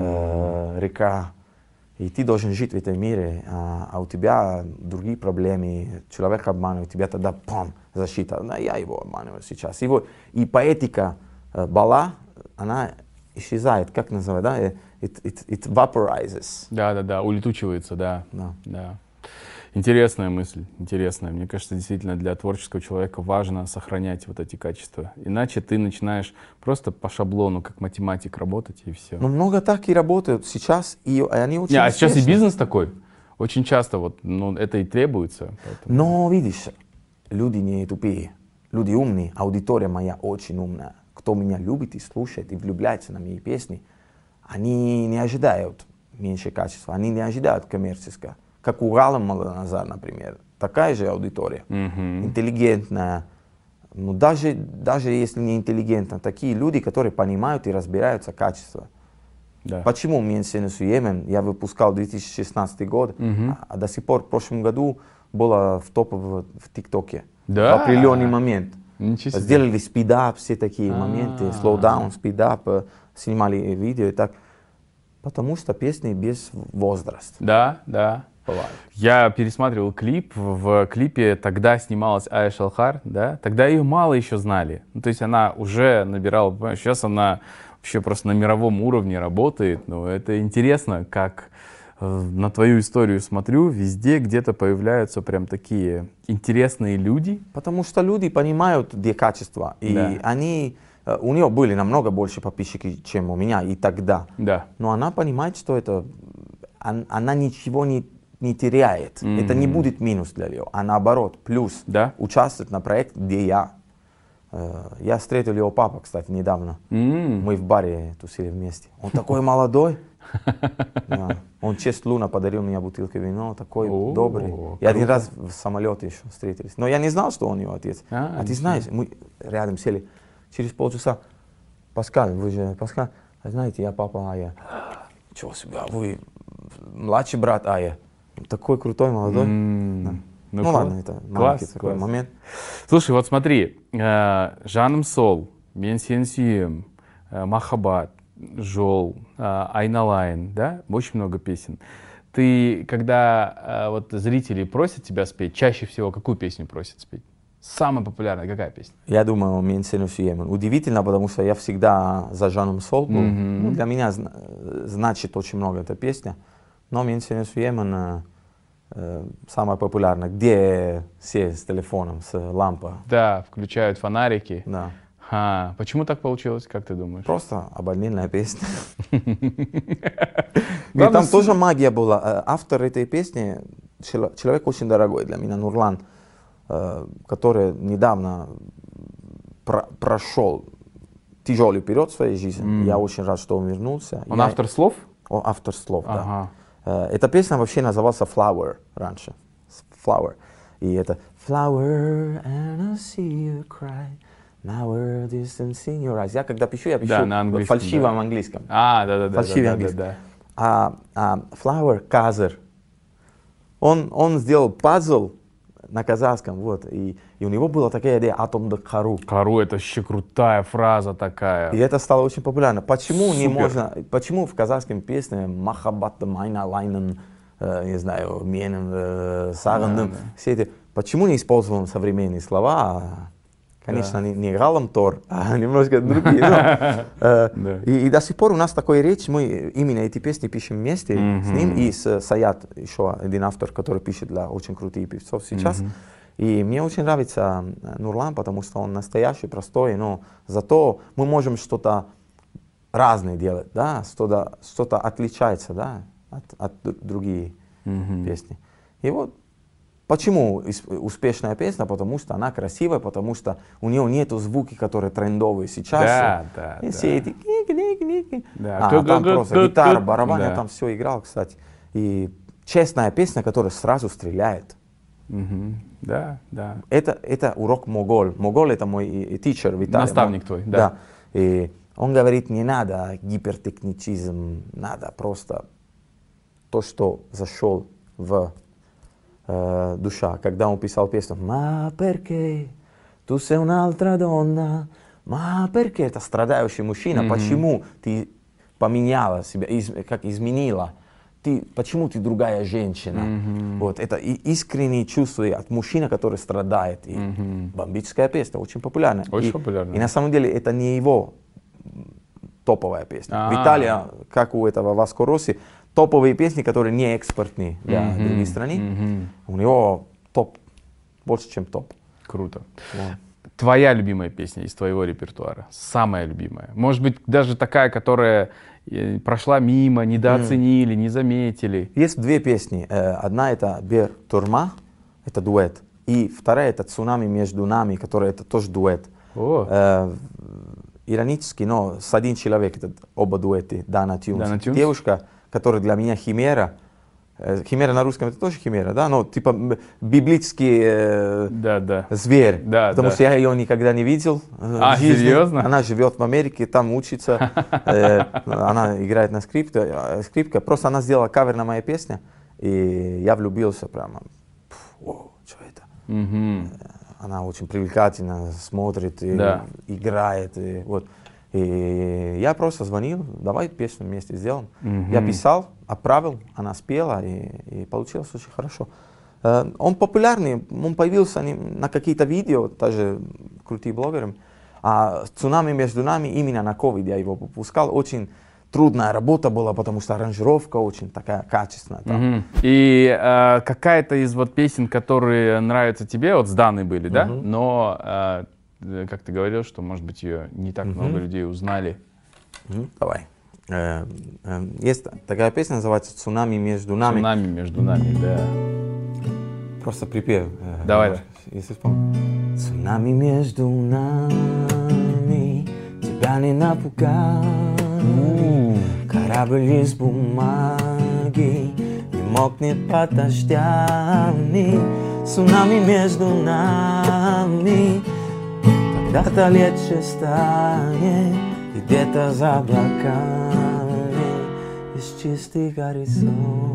э, река, и ты должен жить в этом мире, а, а у тебя другие проблемы, человек обманывает тебя, тогда пам, защита. Да, я его обманываю сейчас. Его, и поэтика э, бала, она исчезает, как называют, да? It, it, it vaporizes. Да, да, да, улетучивается, да. Да. Да. Интересная мысль, интересная. Мне кажется, действительно для творческого человека важно сохранять вот эти качества. Иначе ты начинаешь просто по шаблону, как математик, работать и все. Но много так и работают сейчас, и они очень Не, а сейчас и успешны. бизнес такой. Очень часто вот, ну, это и требуется. поэтому- Но видишь, люди не тупые, люди умные, аудитория моя очень умная. Кто меня любит и слушает, и влюбляется на мои песни, они не ожидают меньше качества, они не ожидают коммерческого. Как у Гала Назар, например, такая же аудитория, Мгм. интеллигентная. Ну, даже, даже если не интеллигентная, такие люди, которые понимают и разбираются в качестве. Да. Почему «Мен сені сүйемін» я выпускал две тысячи шестнадцатый год, а, а до сих пор в прошлом году было в топ в, в ТикТоке. Да? В определенный момент. Ничего себе. Сделали спидап, все такие А. моменты, слоудаун, спидап, э, снимали видео и так. Потому что песни без возраста Да, да. бывают. Я пересматривал клип. В клипе тогда снималась Ая Шалхар, да? Тогда ее мало еще знали. Ну, то есть она уже набирала, понимаешь, сейчас она вообще просто на мировом уровне работает. Ну, это интересно, как э, на твою историю смотрю, везде где-то появляются прям такие интересные люди. Потому что люди понимают, где качество. И Да. они, э, у нее были намного больше подписчиков, чем у меня и тогда. Да. Но она понимает, что это, он- она ничего не, не теряет. Мгм. Это не будет минус для нее, а наоборот, плюс. Да? Участвует на проекте, где я. Э, Я встретил его папу, кстати, недавно. М. Мы в баре тусили вместе. Он такой молодой. Да. Он в честь Луна подарил мне бутылку вина, такой О, добрый. И один круто. раз в самолете еще встретились. Но я не знал, что он его отец. А, А, ты ничего. знаешь, мы рядом сели. Через полчаса. Паскаль, вы же Паскаль. А знаете, я папа Ая. Чего себе, а вы младший брат Ая. Такой крутой, молодой. М. Да. Ну, Ну, кла- ладно, это класс, маленький такой класс. момент. Слушай, вот смотри, э, «Жаным сол», «Мен сені сүйем», э, «Махаббат», «Жол», э, «Айналайын», да? Очень много песен. Ты, когда э, вот зрители просят тебя спеть, чаще всего какую песню просят спеть? Самая популярная какая песня? Я думаю, Менсенус Йемен. Удивительно, потому что я всегда за Жаном Сол был. Мгм. Ну, для меня зна- значит очень много эта песня. Но Менсенус Йемен э, э, самая популярная. Где все с телефоном, с лампой. Да, включают фонарики. Да. А, почему так получилось, как ты думаешь? Просто обольнительная песня. И Главное, там с- тоже магия была. Э, Автор этой песни, чело- человек очень дорогой для меня, Нурлан, э, который недавно про- прошел тяжелый период в своей жизни. М. Я очень рад, что он вернулся. Он Я- автор слов? О, автор слов, да. Ага. Э, Эта песня вообще называлась Flower раньше. С- Flower. И это Flower and I see you cry. Now we're distant in your eyes. Я когда пишу, я пишу Да, на в английском, фальшивом да. английском. А, да-да-да. Фальшивый да, да, английский. да. А, а Flower Казер. Он, он сделал пазл на казахском, вот, и, и у него была такая идея «Атом да кару». Кару — это вообще крутая фраза такая. И это стало очень популярно. Почему не Супер. можно, почему в казахском песне «Махаббат майна лайнен», э, не знаю, «менен э, сағындым», Да, да. все эти, почему не используем современные слова? А, Конечно, не, не Галамтор, а немножко другие. но, э, Да. и, и до сих пор у нас такой речь, мы именно эти песни пишем вместе с ним и с Саят, еще один автор, который пишет для очень крутых певцов сейчас. И мне очень нравится э, Нурлан, потому что он настоящий, простой, но зато мы можем что-то разное делать, да, что-то, что-то отличается, да, от, от д- других песни. И вот почему ис- успешная песня? Потому что она красивая, потому что у нее нету звуки, которые трендовые сейчас. Да, да, И да. все эти... ки-ки-ки-ки-ки. Да. А, там просто гитара, барабан, я Да. там все играл, кстати. И честная песня, которая сразу стреляет. Мгм. Да, да. Это, это урок Могол. Могол это мой э, teacher в Италии. Наставник твой, да. И он говорит, не надо гипертехничизм, надо просто то, что зашел в э, душа. Когда он писал песню «Ma perché tu sei un'altra donna?» «Ma perché?» Это страдающий мужчина. Почему ты поменяла себя, из- как изменила? Ты, почему ты другая женщина? Вот, это и искренние чувства от мужчины, который страдает. И бомбическая песня, очень популярная. Очень И- популярная. И на самом деле это не его м, топовая песня. А. В Италии, как у этого Васко Росси, топовые песни, которые не экспортные для других стран. У него топ, больше, чем топ. Круто. Вот. Твоя любимая песня из твоего репертуара? Самая любимая? Может быть, даже такая, которая э, прошла мимо, недооценили, не заметили? Есть две песни. Э, Одна это «Бер Турма», это дуэт. И вторая это «Цунами между нами», которая это тоже дуэт. О, Э, Иронически, но с один человек, это оба дуэты, Дана Тюнс. Дана Тюнс. Девушка, которая для меня химера. Э, Химера на русском это тоже химера, да? Но типа м, библейский э, да, да. зверь. Да, потому да. что я ее никогда не видел. э, А, в жизни. серьезно? Она живет в Америке, там учится. Э, Она играет на скрипке, э, скрипке. Просто она сделала кавер на моей песне. И я влюбился прямо. О, что это? Мгм. Она очень привлекательно смотрит, и Да. играет. И, вот. И я просто звонил, давай песню вместе сделаем. Я писал, отправил, она спела, и, и получилось очень хорошо. Э, Он популярный, он появился не- на какие-то видео, даже крутые блогеры. А «Цунами между нами» именно на ковид я его выпускал. Очень трудная работа была, потому что аранжировка очень такая качественная. там. Мгм. И э, какая-то из вот песен, которые нравятся тебе, вот с Даной были, да? Но, э, э, как ты говорил, что, может быть, ее не так много людей узнали. Мгм, Давай. Э, э, Есть такая песня, называется «Цунами между нами». Нами, между нами, да. Просто припев. э, Давай, немножко, если вспомню. Цунами между нами, тебя не напугать. Корабль из бумаги не мокнет под дождями. Цунами между нами, когда-то легче станет, и где-то за облаками есть чистый горизонт.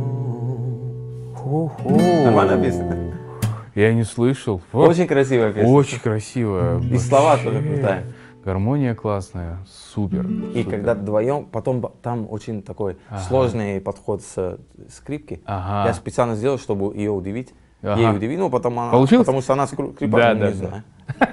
Нормальная песня? Я не слышал. Вот. Очень красивая песня. Очень красивая. И слова тоже крутая. Гармония классная, супер. И супер. когда вдвоем, потом б- там очень такой Ага. сложный подход с э, скрипки. Ага. Я специально сделал, чтобы ее удивить. Ага. Ей удивить, ну, потому, она, Получилось? потому что она скрипач, Да, не да, знаю.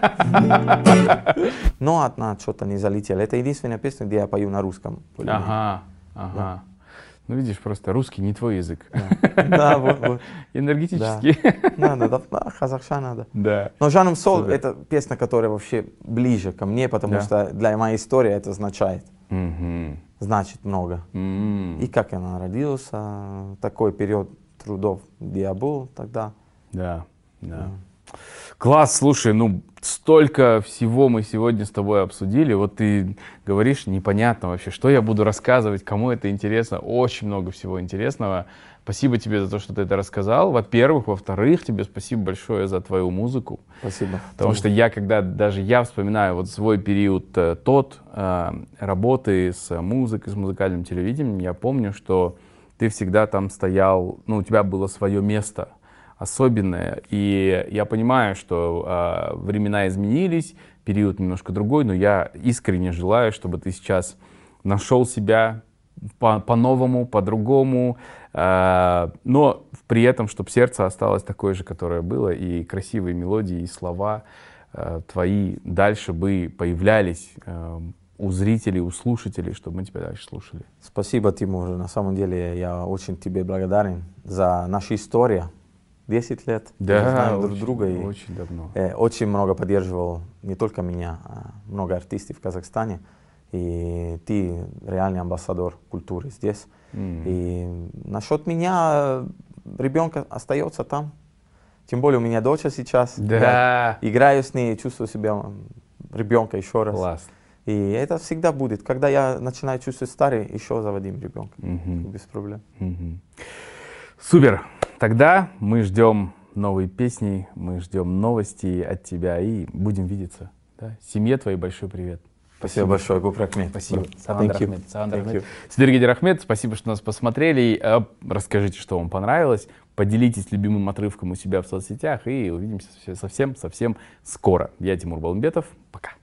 Но одна что-то не залетела. Это единственная песня, где я пою на русском. более-менее. Ага, ага. Ну видишь, просто русский не твой язык. Да, вот, вот. Энергетический. Надо, да, да, казахша надо. Да. Но Жаным Сол Супер. это песня, которая вообще ближе ко мне, потому Да. что для моей истории это означает, Мгм. значит много. М. И как я родился, такой период трудов, где я был тогда. Да, да. Класс, слушай, ну столько всего мы сегодня с тобой обсудили. Вот ты говоришь, непонятно вообще, что я буду рассказывать, кому это интересно. Очень много всего интересного. Спасибо тебе за то, что ты это рассказал. Во-первых. Во-вторых, тебе спасибо большое за твою музыку. Спасибо. Потому что я, когда даже я вспоминаю вот свой период э, тот э, работы с музыкой, с музыкальным телевидением, я помню, что ты всегда там стоял, ну, у тебя было свое место особенное. И я понимаю, что э, времена изменились, период немножко другой, но я искренне желаю, чтобы ты сейчас нашел себя по- по-новому, по-другому, э, но при этом, чтобы сердце осталось такое же, которое было, и красивые мелодии, и слова э, твои дальше бы появлялись э, у зрителей, у слушателей, чтобы мы тебя дальше слушали. Спасибо, Тимур. На самом деле я очень тебе благодарен за нашу историю. Десять лет. Мы знаем друг очень, друга. И, очень давно. э, очень много поддерживал не только меня, а много артистов в Казахстане. И ты реальный амбассадор культуры здесь. М. И насчет меня, ребенка остается там. Тем более у меня дочь сейчас. Да. Я играю с ней, чувствую себя ребенка еще раз. Класс. И это всегда будет. Когда я начинаю чувствовать старый, еще заводим ребенка. Мгм. Без проблем. Мгм. Супер. Тогда мы ждем новые песни, мы ждем новости от тебя и будем видеться. Да? Семье твоей большой привет. Спасибо большое, Гуп Рахмет. Спасибо. Thank Савандар you. Ахмед. Савандар Thank Ахмед. you. Сидергидер Ахмед, спасибо, что нас посмотрели. Э, Расскажите, что вам понравилось. Поделитесь любимым отрывком у себя в соцсетях и увидимся совсем-совсем скоро. Я Тимур Балымбетов. Пока.